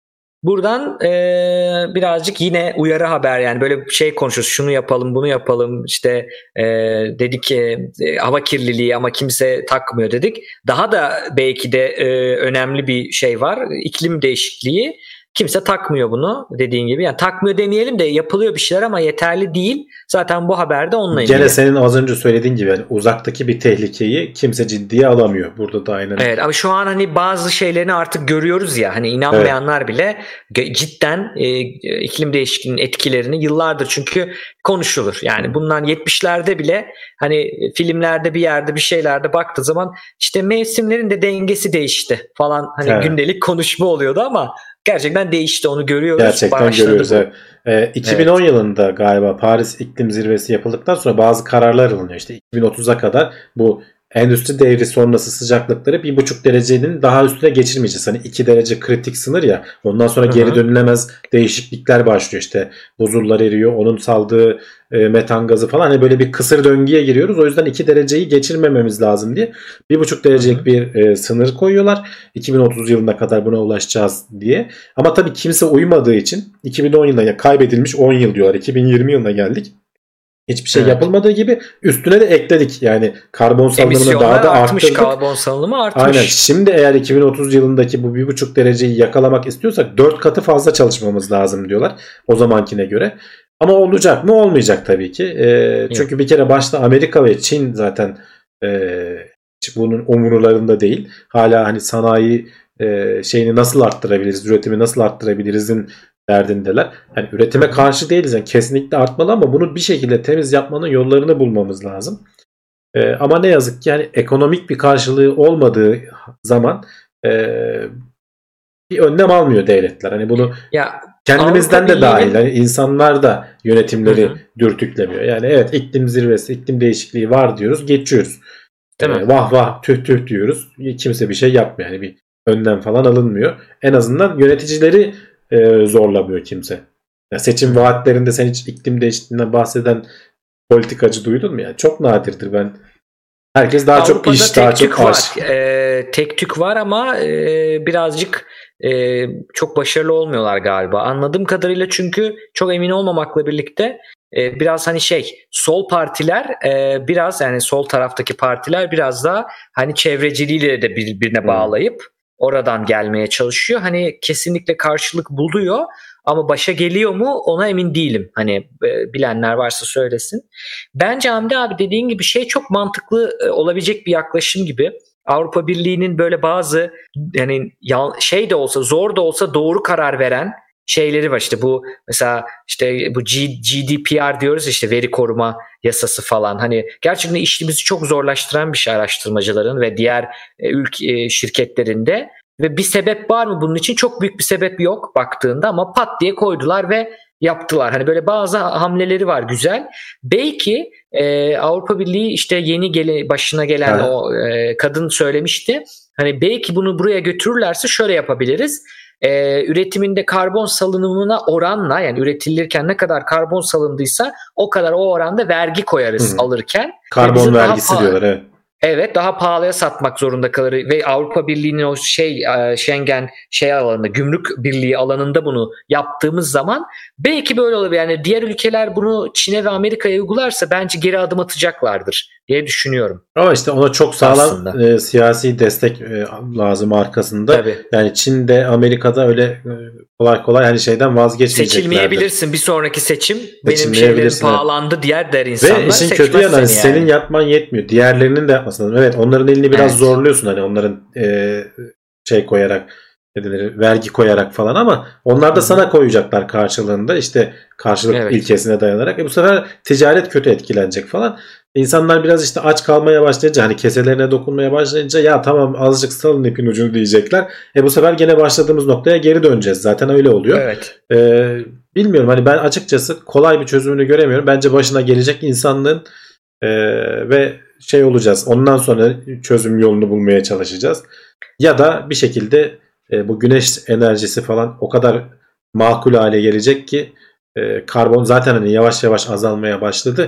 Buradan birazcık yine uyarı haber, yani böyle şey konuşuyoruz, şunu yapalım bunu yapalım işte, dedik ki hava kirliliği ama kimse takmıyor dedik. Daha da belki de önemli bir şey var, iklim değişikliği. Kimse takmıyor bunu, dediğin gibi. Yani takmıyor demeyelim de, yapılıyor bir şeyler ama yeterli değil. Zaten bu haberde onunla ilgili. Gene senin az önce söylediğin gibi, yani uzaktaki bir tehlikeyi kimse ciddiye alamıyor. Burada da aynen. Evet, ama şu an hani bazı şeylerini artık görüyoruz ya, hani inanmayanlar bile cidden iklim değişikliğinin etkilerini yıllardır çünkü konuşulur. Yani bundan 70'lerde bile hani filmlerde bir yerde bir şeylerde baktığı zaman işte mevsimlerin de dengesi değişti falan, hani gündelik konuşma oluyordu ama gerçekten değişti, onu görüyoruz. Gerçekten görüyoruz. Evet. 2010 yılında galiba Paris İklim Zirvesi yapıldıktan sonra bazı kararlar alınıyor. İşte 2030'a kadar bu endüstri devri sonrası sıcaklıkları 1,5 derecenin daha üstüne geçirmeyeceğiz. Hani 2 derece kritik sınır ya. Ondan sonra geri dönülemez değişiklikler başlıyor. İşte buzullar eriyor. Onun saldığı metan gazı falan. Hani böyle bir kısır döngüye giriyoruz. O yüzden 2 dereceyi geçirmememiz lazım diye 1,5 derecelik bir sınır koyuyorlar. 2030 yılına kadar buna ulaşacağız diye. Ama tabii kimse uymadığı için 2010 yılında kaybedilmiş 10 yıl diyorlar. 2020 yılına geldik. Hiçbir şey yapılmadığı gibi üstüne de ekledik. Yani karbon salınımını daha da arttırdık. Karbon salınımı artmış. Aynen. Şimdi eğer 2030 yılındaki bu 1,5 dereceyi yakalamak istiyorsak 4 katı fazla çalışmamız lazım diyorlar. O zamankine göre. Ama olacak mı? Olmayacak tabii ki. Çünkü bir kere başta Amerika ve Çin zaten bunun umurlarında değil. Hala hani sanayi şeyini nasıl arttırabiliriz, üretimi nasıl arttırabiliriz'in derdindeler. Yani üretime karşı değiliz. Yani kesinlikle artmalı ama bunu bir şekilde temiz yapmanın yollarını bulmamız lazım. Ama ne yazık ki yani ekonomik bir karşılığı olmadığı zaman bir önlem almıyor devletler. Hani bunu kendimizden de dahil. Yani insanlar da yönetimleri dürtüklemiyor. Yani evet, iklim zirvesi, iklim değişikliği var diyoruz, geçiyoruz. Vah vah tüh tüh diyoruz. Kimse bir şey yapmıyor. Yani bir önlem falan alınmıyor. En azından yöneticileri zorlamıyor kimse. Ya seçim vaatlerinde sen hiç iklim değişikliğinden bahseden politikacı duydun mu? Yani çok nadirdir. Herkes daha Avrupa'da çok iş, daha çok aşk. Tek tük var ama birazcık çok başarılı olmuyorlar galiba. Anladığım kadarıyla, çünkü çok emin olmamakla birlikte biraz hani sol partiler biraz, yani sol taraftaki partiler biraz daha hani çevreciliğiyle de birbirine bağlayıp oradan gelmeye çalışıyor. Hani kesinlikle karşılık buluyor ama başa geliyor mu ona emin değilim. Hani bilenler varsa söylesin. Bence Hamdi abi dediğin gibi çok mantıklı olabilecek bir yaklaşım gibi. Avrupa Birliği'nin böyle bazı yani de olsa, zor da olsa doğru karar veren şeyleri var. İşte bu mesela bu GDPR diyoruz, işte veri koruma yasası falan. Hani gerçekten işimizi çok zorlaştıran bir şey araştırmacıların ve diğer ülke şirketlerinde. Ve bir sebep var mı bunun için? Çok büyük bir sebep yok baktığında, ama pat diye koydular ve yaptılar. Hani böyle bazı hamleleri var, güzel. Belki Avrupa Birliği yeni başına gelen o kadın söylemişti. Hani belki bunu buraya götürürlerse şöyle yapabiliriz. Üretiminde karbon salınımına oranla, yani üretilirken ne kadar karbon salındıysa o kadar o oranda vergi koyarız alırken. Karbon vergisi diyorlar, evet. Evet, daha pahalıya satmak zorunda kalır ve Avrupa Birliği'nin o Schengen alanında, gümrük birliği alanında bunu yaptığımız zaman belki böyle olur. Yani diğer ülkeler bunu Çin'e ve Amerika'ya uygularsa bence geri adım atacaklardır diye düşünüyorum. Ama işte ona çok sağlam siyasi destek lazım arkasında. Tabii. Yani Çin'de, Amerika'da öyle kolay kolay hani şeyden vazgeçmeyeceklerdir. Seçilmeyebilirsin bir sonraki seçim. Benim şeylerim pahalandı der insanlar. Ve işin kötü yanı yani senin yapman yetmiyor. Diğerlerinin de yapması lazım. Evet, onların elini biraz zorluyorsun, hani onların koyarak, vergi koyarak falan, ama onlar da sana koyacaklar karşılığında, karşılık ilkesine dayanarak. Bu sefer ticaret kötü etkilenecek falan. İnsanlar biraz aç kalmaya başlayınca, hani keselerine dokunmaya başlayınca, ya tamam azıcık salın ipin ucunu diyecekler. Bu sefer gene başladığımız noktaya geri döneceğiz. Zaten öyle oluyor. Evet. Bilmiyorum, hani ben açıkçası kolay bir çözümünü göremiyorum. Bence başına gelecek insanlığın ve olacağız. Ondan sonra çözüm yolunu bulmaya çalışacağız. Ya da bir şekilde bu güneş enerjisi falan o kadar makul hale gelecek ki karbon zaten hani yavaş yavaş azalmaya başladı.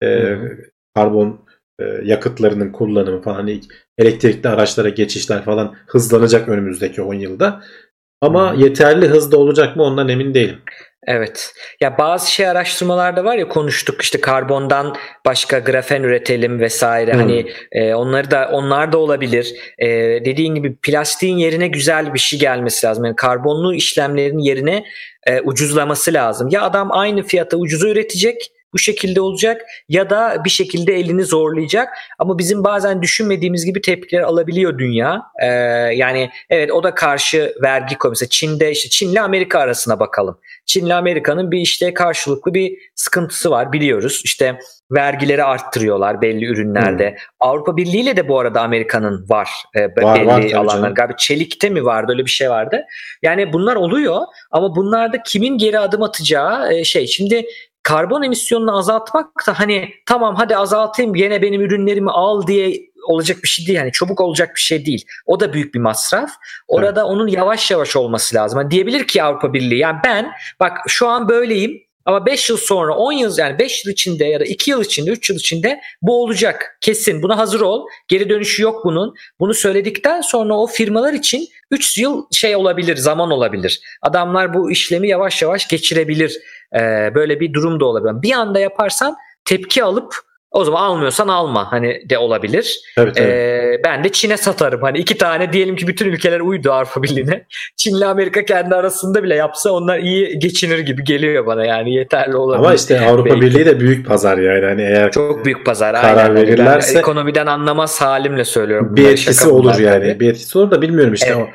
Karbon yakıtlarının kullanımı falan, hani elektrikli araçlara geçişler falan hızlanacak önümüzdeki 10 yılda. Ama yeterli hızda olacak mı ondan emin değilim. Evet. Ya bazı araştırmalarda var ya, konuştuk karbondan başka grafen üretelim vesaire. Hani onlar da olabilir. Dediğin gibi plastiğin yerine güzel bir şey gelmesi lazım. Yani karbonlu işlemlerin yerine ucuzlaması lazım. Ya adam aynı fiyata ucuza üretecek, bu şekilde olacak, ya da bir şekilde elini zorlayacak. Ama bizim bazen düşünmediğimiz gibi tepkiler alabiliyor dünya. Yani evet, o da karşı vergi koyuyor. Mesela Çin'de Çin'le Amerika arasına bakalım. Çin'le Amerika'nın bir karşılıklı bir sıkıntısı var, biliyoruz. Vergileri arttırıyorlar belli ürünlerde. Avrupa Birliği ile de bu arada Amerika'nın var belli alanlar. Galiba çelikte mi vardı, öyle bir şey vardı. Yani bunlar oluyor ama bunlarda kimin geri adım atacağı şimdi karbon emisyonunu azaltmak da hani tamam hadi azaltayım gene benim ürünlerimi al diye olacak bir şey değil. Yani çabuk olacak bir şey değil. O da büyük bir masraf. Orada onun yavaş yavaş olması lazım. Yani diyebilir ki Avrupa Birliği, yani ben bak şu an böyleyim ama 5 yıl sonra, 10 yıl, yani 5 yıl içinde ya da 2 yıl içinde, 3 yıl içinde bu olacak. Kesin. Buna hazır ol. Geri dönüşü yok bunun. Bunu söyledikten sonra o firmalar için 3 yıl olabilir, zaman olabilir. Adamlar bu işlemi yavaş yavaş geçirebilir. Böyle bir durum da olabilir. Bir anda yaparsan tepki alıp o zaman almıyorsan alma hani de olabilir. Tabii, tabii. Ben de Çin'e satarım. Hani 2 tane diyelim ki bütün ülkeler uydu Avrupa Birliği'ne. Çin'le Amerika kendi arasında bile yapsa onlar iyi geçinir gibi geliyor bana, yani yeterli olabilir. Ama Avrupa Birliği de büyük pazar yani. Hani eğer çok büyük pazar. Karar verirlerse, ben ekonomiden anlamaz halimle söylüyorum. Bir etkisi olur yani. Tabii. Bir etkisi olur da bilmiyorum Evet.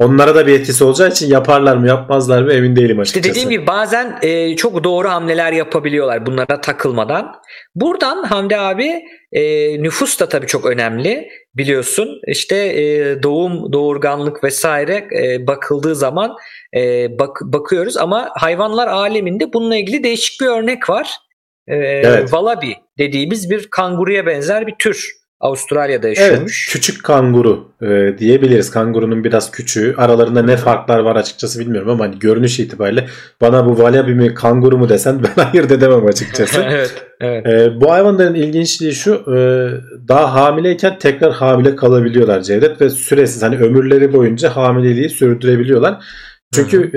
onlara da bir etkisi olacağı için yaparlar mı yapmazlar mı emin değilim açıkçası. İşte dediğim gibi bazen çok doğru hamleler yapabiliyorlar bunlara takılmadan. Buradan Hamdi abi nüfus da tabii çok önemli biliyorsun. İşte doğum, doğurganlık vesaire bakıldığı zaman bakıyoruz ama hayvanlar aleminde bununla ilgili değişik bir örnek var. Evet. Wallaby dediğimiz bir kanguruya benzer bir tür. Avustralya'da yaşıyormuş. Evet, küçük kanguru diyebiliriz. Kangurunun biraz küçüğü. Aralarında ne farklar var açıkçası bilmiyorum ama hani görünüş itibariyle bana bu wallaby mi kanguru mu desen ben ayırt edemem açıkçası. evet. Bu hayvanların ilginçliği şu, daha hamileyken tekrar hamile kalabiliyorlar Cevdet ve süresiz hani ömürleri boyunca hamileliği sürdürebiliyorlar. Çünkü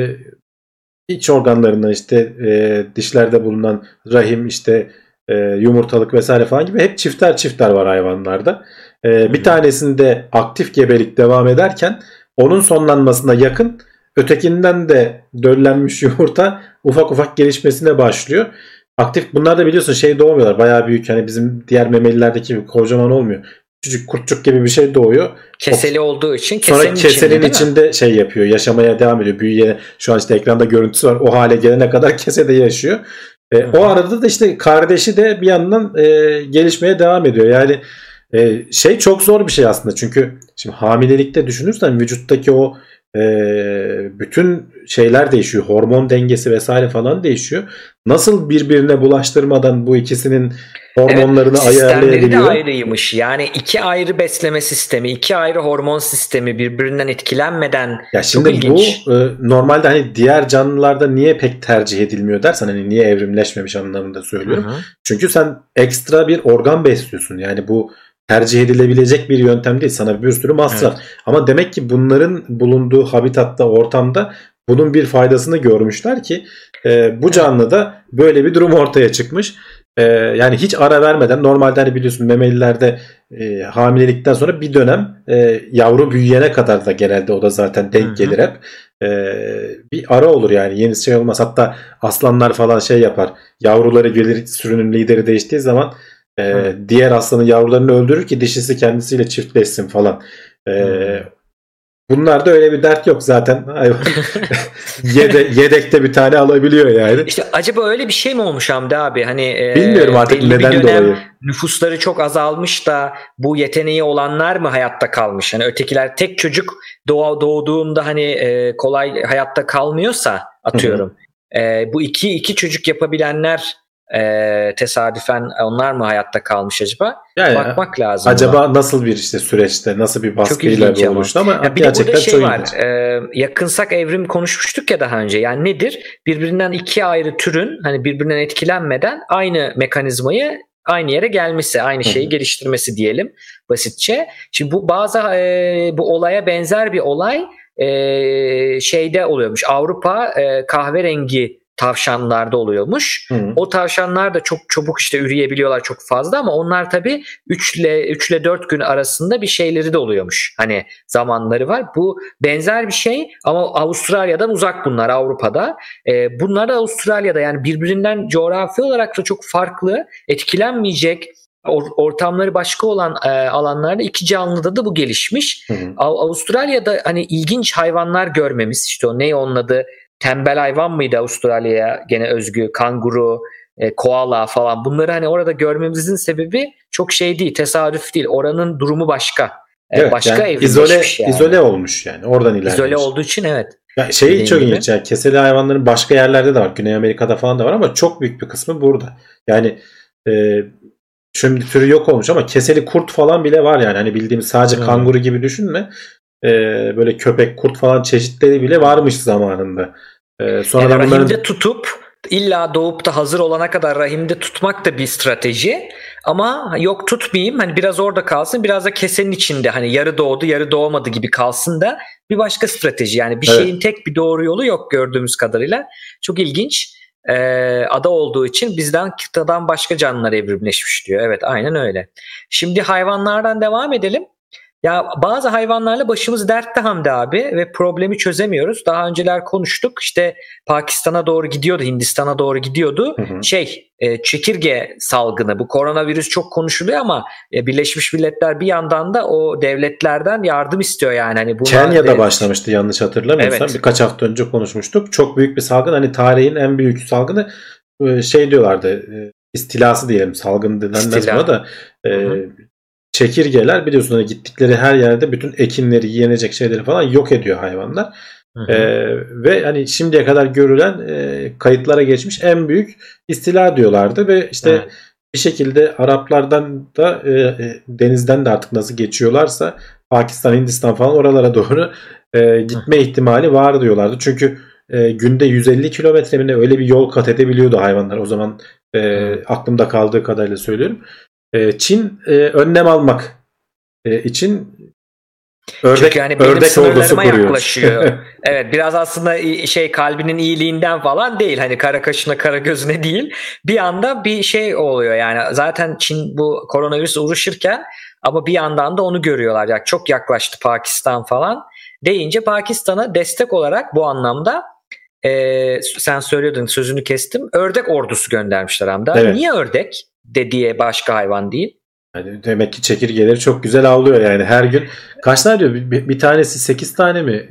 iç organlarından işte dişlerde bulunan rahim işte yumurtalık vesaire falan gibi hep çifter var hayvanlarda. Bir tanesinde aktif gebelik devam ederken onun sonlanmasına yakın ötekinden de döllenmiş yumurta ufak ufak gelişmesine başlıyor. Aktif bunlar da biliyorsun doğmuyorlar. Bayağı büyük hani bizim diğer memelilerdeki gibi kocaman olmuyor. Küçük kurtçuk gibi bir şey doğuyor. Keseli olduğu için sonra kesenin içinde yapıyor. Yaşamaya devam ediyor. Büyüye şu an işte ekranda görüntüsü var. O hale gelene kadar kesede yaşıyor. O arada da işte kardeşi de bir yandan gelişmeye devam ediyor. Yani çok zor bir şey aslında. Çünkü şimdi hamilelikte düşünürsen vücuttaki o bütün şeyler değişiyor. Hormon dengesi vesaire falan değişiyor. Nasıl birbirine bulaştırmadan bu ikisinin hormonlarını ayarlayabiliyor? Sistemleri de ayrıymış. Yani iki ayrı besleme sistemi, iki ayrı hormon sistemi birbirinden etkilenmeden ya şimdi çok ilginç. Bu normalde hani diğer canlılarda niye pek tercih edilmiyor dersen hani niye evrimleşmemiş anlamında söylüyorum. Hı-hı. Çünkü sen ekstra bir organ besliyorsun. Yani bu tercih edilebilecek bir yöntem değil. Sana bir sürü masraf. Evet. Ama demek ki bunların bulunduğu habitatta, ortamda bunun bir faydasını görmüşler ki bu canlıda böyle bir durum ortaya çıkmış. Yani hiç ara vermeden normalde hani biliyorsun memelilerde hamilelikten sonra bir dönem yavru büyüyene kadar da genelde o da zaten denk gelir hep. Bir ara olur yani yeni olmaz. Hatta aslanlar falan yapar. Yavruları gelir sürünün lideri değiştiği zaman diğer aslanın yavrularını öldürür ki dişisi kendisiyle çiftleşsin falan. Bunlarda öyle bir dert yok zaten. Yedekte bir tane alabiliyor yani. İşte acaba öyle bir şey mi olmuş Hamdi abi? Hani bilmiyorum artık neden dolayı. Nüfusları çok azalmış da bu yeteneği olanlar mı hayatta kalmış? Hani ötekiler tek çocuk doğduğunda hani kolay hayatta kalmıyorsa atıyorum. Bu iki çocuk yapabilenler tesadüfen onlar mı hayatta kalmış acaba? Yani bakmak lazım. Acaba buna. Nasıl bir süreçte, nasıl bir baskıyla bu oluştu ama ya bir de burada şey var. Yakınsak evrim konuşmuştuk ya daha önce. Yani nedir? Birbirinden iki ayrı türün hani birbirinden etkilenmeden aynı mekanizmayı aynı yere gelmesi, aynı şeyi geliştirmesi diyelim basitçe. Şimdi bu bu olaya benzer bir olay şeyde oluyormuş. Avrupa kahverengi tavşanlarda oluyormuş. O tavşanlar da çok çabuk işte üreyebiliyorlar çok fazla ama onlar tabii 3 ile 4 gün arasında bir şeyleri de oluyormuş. Hani zamanları var. Bu benzer bir şey ama Avustralya'dan uzak bunlar Avrupa'da. Bunlar da Avustralya'da yani birbirinden coğrafi olarak da çok farklı etkilenmeyecek ortamları başka olan alanlarda iki canlıda da bu gelişmiş. Avustralya'da hani ilginç hayvanlar görmemiz işte o ne onun adı tembel hayvan mıydı Avustralya'ya gene özgü kanguru, koala falan bunları hani orada görmemizin sebebi çok değil tesadüf değil oranın durumu başka. Evet, başka yani izole olmuş yani oradan ilerlemiş. İzole olduğu için evet. Ya çok ilginç yani keseli hayvanların başka yerlerde de var Güney Amerika'da falan da var ama çok büyük bir kısmı burada. Yani şimdi türü yok olmuş ama keseli kurt falan bile var yani hani bildiğimiz sadece kanguru gibi düşünme. Böyle köpek, kurt falan çeşitleri bile varmış zamanında. Sonra yani rahimde tutup illa doğup da hazır olana kadar rahimde tutmak da bir strateji. Ama yok tutmayayım hani biraz orada kalsın biraz da kesenin içinde hani yarı doğdu yarı doğmadı gibi kalsın da bir başka strateji. Yani bir şeyin tek bir doğru yolu yok gördüğümüz kadarıyla. Çok ilginç. Ada olduğu için bizden kıtadan başka canlılar evrimleşmiş diyor. Evet aynen öyle. Şimdi hayvanlardan devam edelim. Ya bazı hayvanlarla başımız dertte Hamdi abi ve problemi çözemiyoruz. Daha önceler konuştuk. İşte Pakistan'a doğru gidiyordu, Hindistan'a doğru gidiyordu. Hı hı. Çekirge salgını, bu koronavirüs çok konuşuluyor ama Birleşmiş Milletler bir yandan da o devletlerden yardım istiyor yani. Hani Kenya'da başlamıştı yanlış hatırlamıyorsam. Evet. Birkaç hafta önce konuşmuştuk. Çok büyük bir salgın. Hani tarihin en büyük salgını diyorlardı. İstilası diyelim. Salgın denmez buna da. Çekirgeler biliyorsun hani gittikleri her yerde bütün ekinleri, yenecek şeyleri falan yok ediyor hayvanlar. Ve hani şimdiye kadar görülen kayıtlara geçmiş en büyük istila diyorlardı ve işte bir şekilde Araplardan da denizden de artık nasıl geçiyorlarsa Pakistan, Hindistan falan oralara doğru gitme ihtimali var diyorlardı. Çünkü günde 150 kilometre mi ne öyle bir yol kat edebiliyordu hayvanlar. O zaman aklımda kaldığı kadarıyla söylüyorum. Çin önlem almak için çünkü yani benim ördek sınırlarıma yaklaşıyor. Evet, biraz aslında kalbinin iyiliğinden falan değil. Hani kara kaşına kara gözüne değil. Bir anda bir şey oluyor yani. Zaten Çin bu koronavirüs uğraşırken ama bir yandan da onu görüyorlar. Yani çok yaklaştı Pakistan falan deyince Pakistan'a destek olarak bu anlamda sen söylüyordun, sözünü kestim. Ördek ordusu göndermişler Hamdi. Evet. Niye ördek diye başka hayvan değil? Yani demek ki çekirgeleri çok güzel avlıyor yani her gün. Kaç tane diyor? Bir tanesi 8 tane mi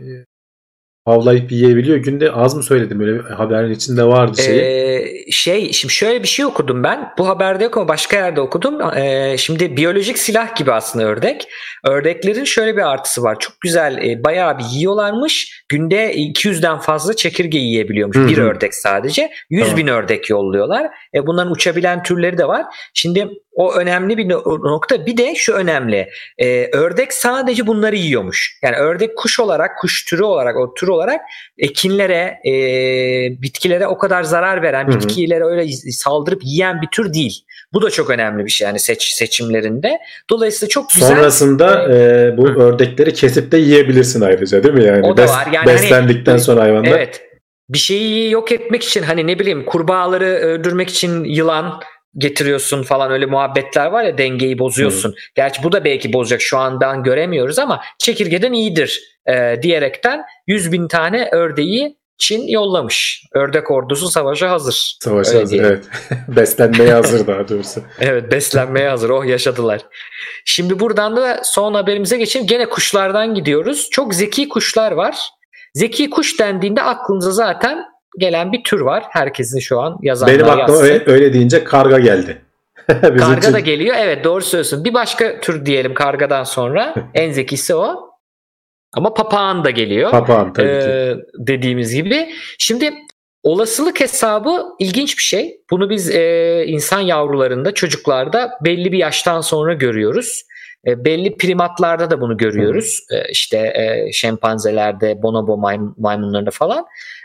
avlayıp yiyebiliyor? Günde az mı söyledim? Öyle haberin içinde vardı şeyi. Şimdi şöyle bir şey okudum ben. Bu haberde yok ama başka yerde okudum. Şimdi biyolojik silah gibi aslında ördek. Ördeklerin şöyle bir artısı var. Çok güzel bayağı bir yiyorlarmış. Günde 200'den fazla çekirge yiyebiliyormuş. Bir ördek sadece. 100 bin ördek yolluyorlar. Bunların uçabilen türleri de var. Şimdi o önemli bir nokta. Bir de şu önemli. Ördek sadece bunları yiyormuş. Yani ördek kuş olarak, kuş türü olarak, o tür olarak ekinlere, bitkilere o kadar zarar veren, bitkilere öyle saldırıp yiyen bir tür değil. Bu da çok önemli bir şey yani seçimlerinde. Dolayısıyla çok güzel. Sonrasında bu ördekleri kesip de yiyebilirsin ayrıca değil mi? Yani o da var. Yani beslendikten sonra hayvanlar. Evet. Bir şeyi yok etmek için hani ne bileyim kurbağaları öldürmek için yılan getiriyorsun falan, öyle muhabbetler var ya, dengeyi bozuyorsun. Gerçi bu da belki bozacak, şu andan göremiyoruz ama çekirgeden iyidir diyerekten 100 bin tane ördeği Çin yollamış. Ördek ordusu savaşa hazır. Savaşa hazır, evet. Beslenmeye hazır daha doğrusu. Evet, beslenmeye hazır. Oh, yaşadılar. Şimdi buradan da son haberimize geçelim. Gene kuşlardan gidiyoruz. Çok zeki kuşlar var. Zeki kuş dendiğinde aklınıza zaten gelen bir tür var. Herkesin şu an yazanlar benim aklıma öyle deyince karga geldi. Karga da geliyor. Evet, doğru söylüyorsun. Bir başka tür diyelim kargadan sonra. En zekisi o. Ama papağan da geliyor. Papağan tabii ki. Dediğimiz gibi. Şimdi olasılık hesabı ilginç bir şey. Bunu biz insan yavrularında, çocuklarda belli bir yaştan sonra görüyoruz. Belli primatlarda da bunu görüyoruz. İşte şempanzelerde, bonobo maymunlarında falan.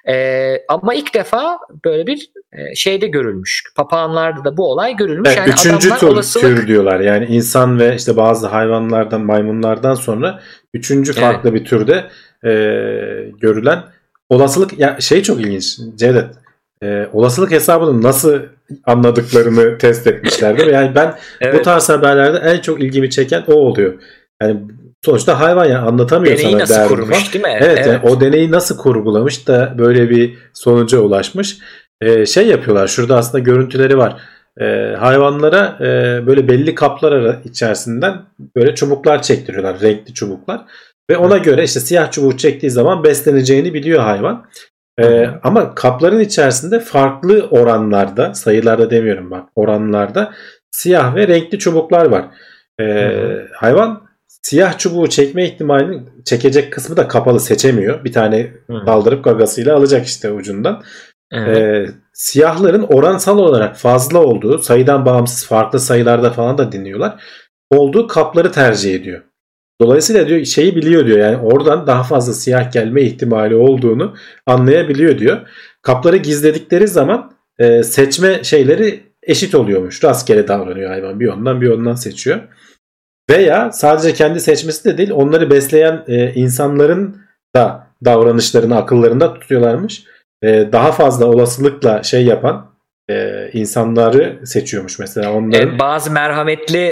Ama ilk defa böyle bir şeyde görülmüş. Papağanlarda da bu olay görülmüş. Evet, yani üçüncü tür diyorlar. Yani insan ve işte bazı hayvanlardan, maymunlardan sonra üçüncü farklı bir türde görülen olasılık. Ya çok ilginç Cevdet. Olasılık hesabını nasıl anladıklarını test etmişlerdi. Yani ben bu tarz haberlerde en çok ilgimi çeken o oluyor. Yani sonuçta hayvan yani anlatamıyor deneyi sana nasıl değerli kurmuş falan. Değil mi? Evet. Yani o deneyi nasıl kurgulamış da böyle bir sonuca ulaşmış. Yapıyorlar. Şurada aslında görüntüleri var. Hayvanlara böyle belli kaplar içerisinden böyle çubuklar çektiriyorlar. Renkli çubuklar. Ve ona göre işte siyah çubuğu çektiği zaman besleneceğini biliyor hayvan. Ama kapların içerisinde farklı oranlarda, sayılarda demiyorum bak, oranlarda siyah ve renkli çubuklar var. Hayvan siyah çubuğu çekme ihtimalini, çekecek kısmı da kapalı, seçemiyor. Bir tane kaldırıp gagasıyla alacak işte ucundan. Siyahların oransal olarak fazla olduğu, sayıdan bağımsız farklı sayılarda falan da dinliyorlar, olduğu kapları tercih ediyor. Dolayısıyla diyor biliyor diyor, yani oradan daha fazla siyah gelme ihtimali olduğunu anlayabiliyor diyor. Kapları gizledikleri zaman seçme şeyleri eşit oluyormuş. Rastgele davranıyor hayvan, bir ondan seçiyor. Veya sadece kendi seçmesi de değil, onları besleyen insanların da davranışlarını akıllarında tutuyorlarmış. Daha fazla olasılıkla yapan, insanları seçiyormuş mesela onların. Bazı merhametli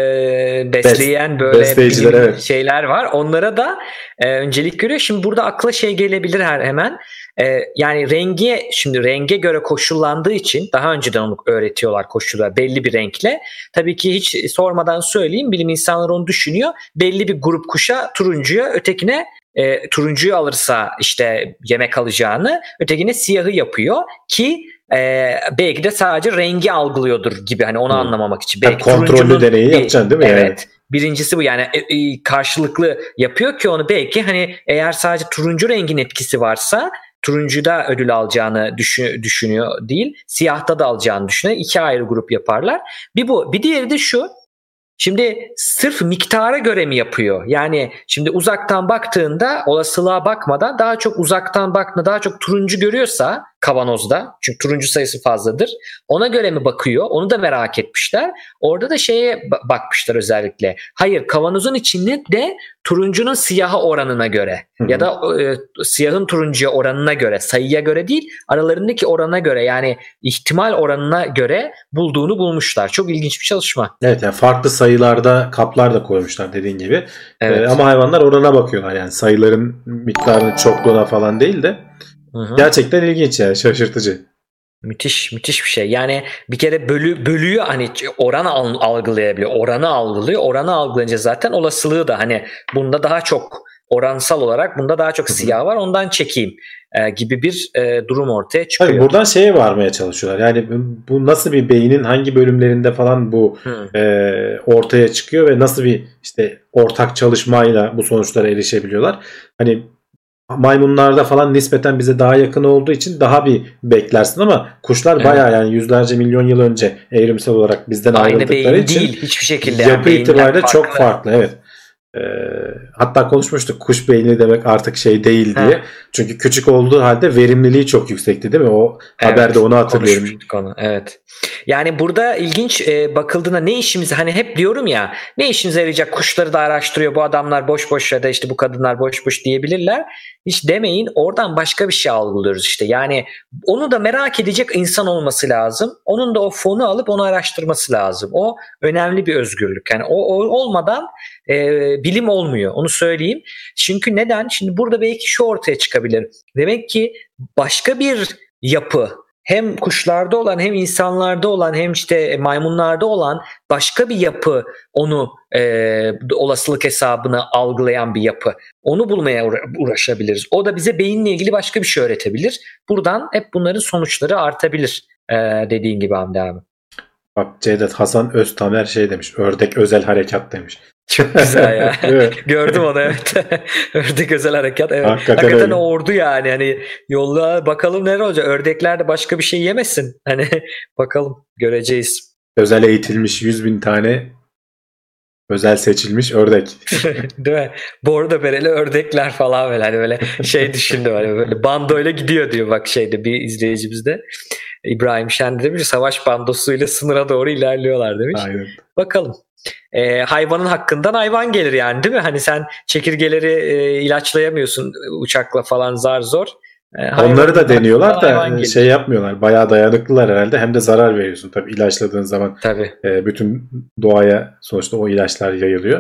besleyen böyle besleyiciler, evet, şeyler var. Onlara da öncelik görüyor. Şimdi burada akla şey gelebilir hemen. Yani renge göre koşullandığı için daha önceden onu öğretiyorlar, koşullar belli bir renkle. Tabii ki hiç sormadan söyleyeyim, bilim insanları onu düşünüyor. Belli bir grup kuşa turuncuya, ötekine turuncuyu alırsa işte yemek alacağını, ötekine siyahı yapıyor ki belki de sadece rengi algılıyordur gibi, hani onu anlamamak için. Belki kontrollü deneyi yapacaksın değil mi? Evet. Yani? Birincisi bu, yani karşılıklı yapıyor ki onu, belki hani eğer sadece turuncu rengin etkisi varsa turuncuda ödül alacağını düşünüyor değil, siyahta da alacağını düşünüyor. 2 ayrı grup yaparlar. Bir diğeri de şu. Şimdi sırf miktara göre mi yapıyor? Yani şimdi uzaktan baktığında, olasılığa bakmadan daha çok uzaktan baktığında daha çok turuncu görüyorsa kavanozda, çünkü turuncu sayısı fazladır, ona göre mi bakıyor? Onu da merak etmişler. Orada da şeye bakmışlar özellikle. Hayır, kavanozun içinde de turuncunun siyaha oranına göre ya da siyahın turuncuya oranına göre, sayıya göre değil, aralarındaki orana göre, yani ihtimal oranına göre bulmuşlar. Çok ilginç bir çalışma. Evet, yani farklı sayılarda kaplar da koymuşlar dediğin gibi. Evet. Ama hayvanlar orana bakıyorlar, yani sayıların miktarının çokluğuna falan değil de. Gerçekten ilginç, yani şaşırtıcı. Müthiş bir şey. Yani bir kere bölüyor, hani oran algılayabiliyor. Oranı algılıyor. Oranı algılayınca zaten olasılığı da, hani bunda daha çok oransal olarak bunda daha çok siyah var, ondan çekeyim gibi bir durum ortaya çıkıyor. Tabii buradan şeye varmaya çalışıyorlar. Yani bu nasıl bir beynin hangi bölümlerinde falan bu ortaya çıkıyor ve nasıl bir işte ortak çalışmayla bu sonuçlara erişebiliyorlar. Hani maymunlarda falan nispeten bize daha yakın olduğu için daha bir beklersin ama kuşlar bayağı, yani yüzlerce milyon yıl önce evrimsel olarak bizden ayrıldıkları için değil, hiçbir şekilde yapı itibariyle çok farklı. Evet. Hatta konuşmuştuk, kuş beyni demek artık şey değil diye. Çünkü küçük olduğu halde verimliliği çok yüksekti değil mi? O haberde onu hatırlıyorum. Onu. Evet. Yani burada ilginç bakıldığında ne işimize, hani hep diyorum ya, ne işimize yarayacak, kuşları da araştırıyor bu adamlar boş boş ya da işte bu kadınlar boş boş diyebilirler. Hiç demeyin, oradan başka bir şey algılıyoruz işte. Yani onu da merak edecek insan olması lazım. Onun da o fonu alıp onu araştırması lazım. O önemli bir özgürlük. Yani o olmadan bilim olmuyor. Onu söyleyeyim. Çünkü neden? Şimdi burada belki şu ortaya çıkabilir. Demek ki başka bir yapı, hem kuşlarda olan hem insanlarda olan hem işte maymunlarda olan başka bir yapı, onu olasılık hesabına algılayan bir yapı. Onu bulmaya uğraşabiliriz. O da bize beyinle ilgili başka bir şey öğretebilir. Buradan hep bunların sonuçları artabilir dediğin gibi Hamdi abi. Bak Cevdet Hasan Öztamer şey demiş. Ördek özel harekat demiş. Çok güzel ya. Gördüm onu, evet. Ördek özel harekat. Evet. Hakikaten ordu yani. Hani yolla bakalım neler olacak. Ördekler de başka bir şey yemesin. Hani bakalım, göreceğiz. Özel eğitilmiş 100.000 tane özel seçilmiş ördek. Değil mi? Bordo bereli ördekler falan böyle. Hani böyle şey düşündü, böyle bandoyla gidiyor diyor, bak şeyde bir izleyicimiz de. İbrahim Şen demiş, savaş bandosuyla sınıra doğru ilerliyorlar demiş. Aynen. Bakalım. Hayvanın hakkından hayvan gelir yani, değil mi? Hani sen çekirgeleri ilaçlayamıyorsun uçakla falan, zar zor. Onları da deniyorlar da şey yapmıyorlar. Bayağı dayanıklılar herhalde. Hem de zarar veriyorsun tabii ilaçladığın zaman. Tabii. Bütün doğaya sonuçta o ilaçlar yayılıyor.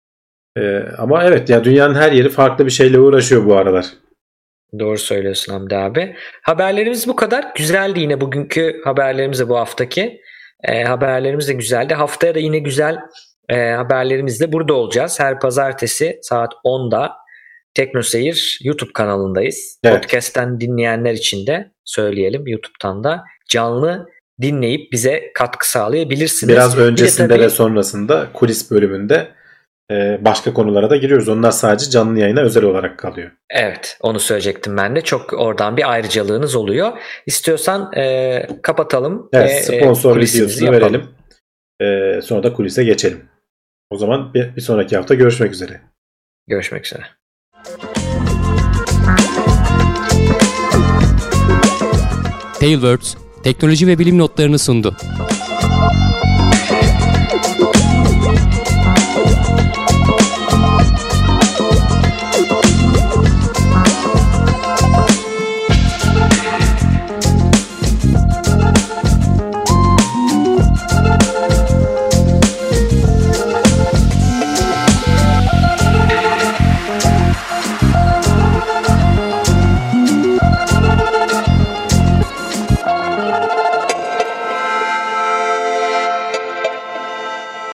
Ama evet, ya dünyanın her yeri farklı bir şeyle uğraşıyor bu aralar. Doğru söylüyorsun Hamdi abi. Haberlerimiz bu kadar. Güzeldi yine bugünkü haberlerimiz de, bu haftaki. Haberlerimiz de güzeldi. Haftaya da yine güzel haberlerimizle burada olacağız. Her pazartesi saat 10'da Teknoseyir YouTube kanalındayız. Evet. Podcast'ten dinleyenler için de söyleyelim, YouTube'dan da canlı dinleyip bize katkı sağlayabilirsiniz. Biraz öncesinde ve sonrasında kulis bölümünde başka konulara da giriyoruz. Onlar sadece canlı yayına özel olarak kalıyor. Evet, onu söyleyecektim ben de. Çok oradan bir ayrıcalığınız oluyor. İstiyorsan kapatalım. Evet, sponsor videosunu verelim. Sonra da kulise geçelim. O zaman bir sonraki hafta görüşmek üzere. Görüşmek üzere. Tailwords teknoloji ve bilim notlarını sundu.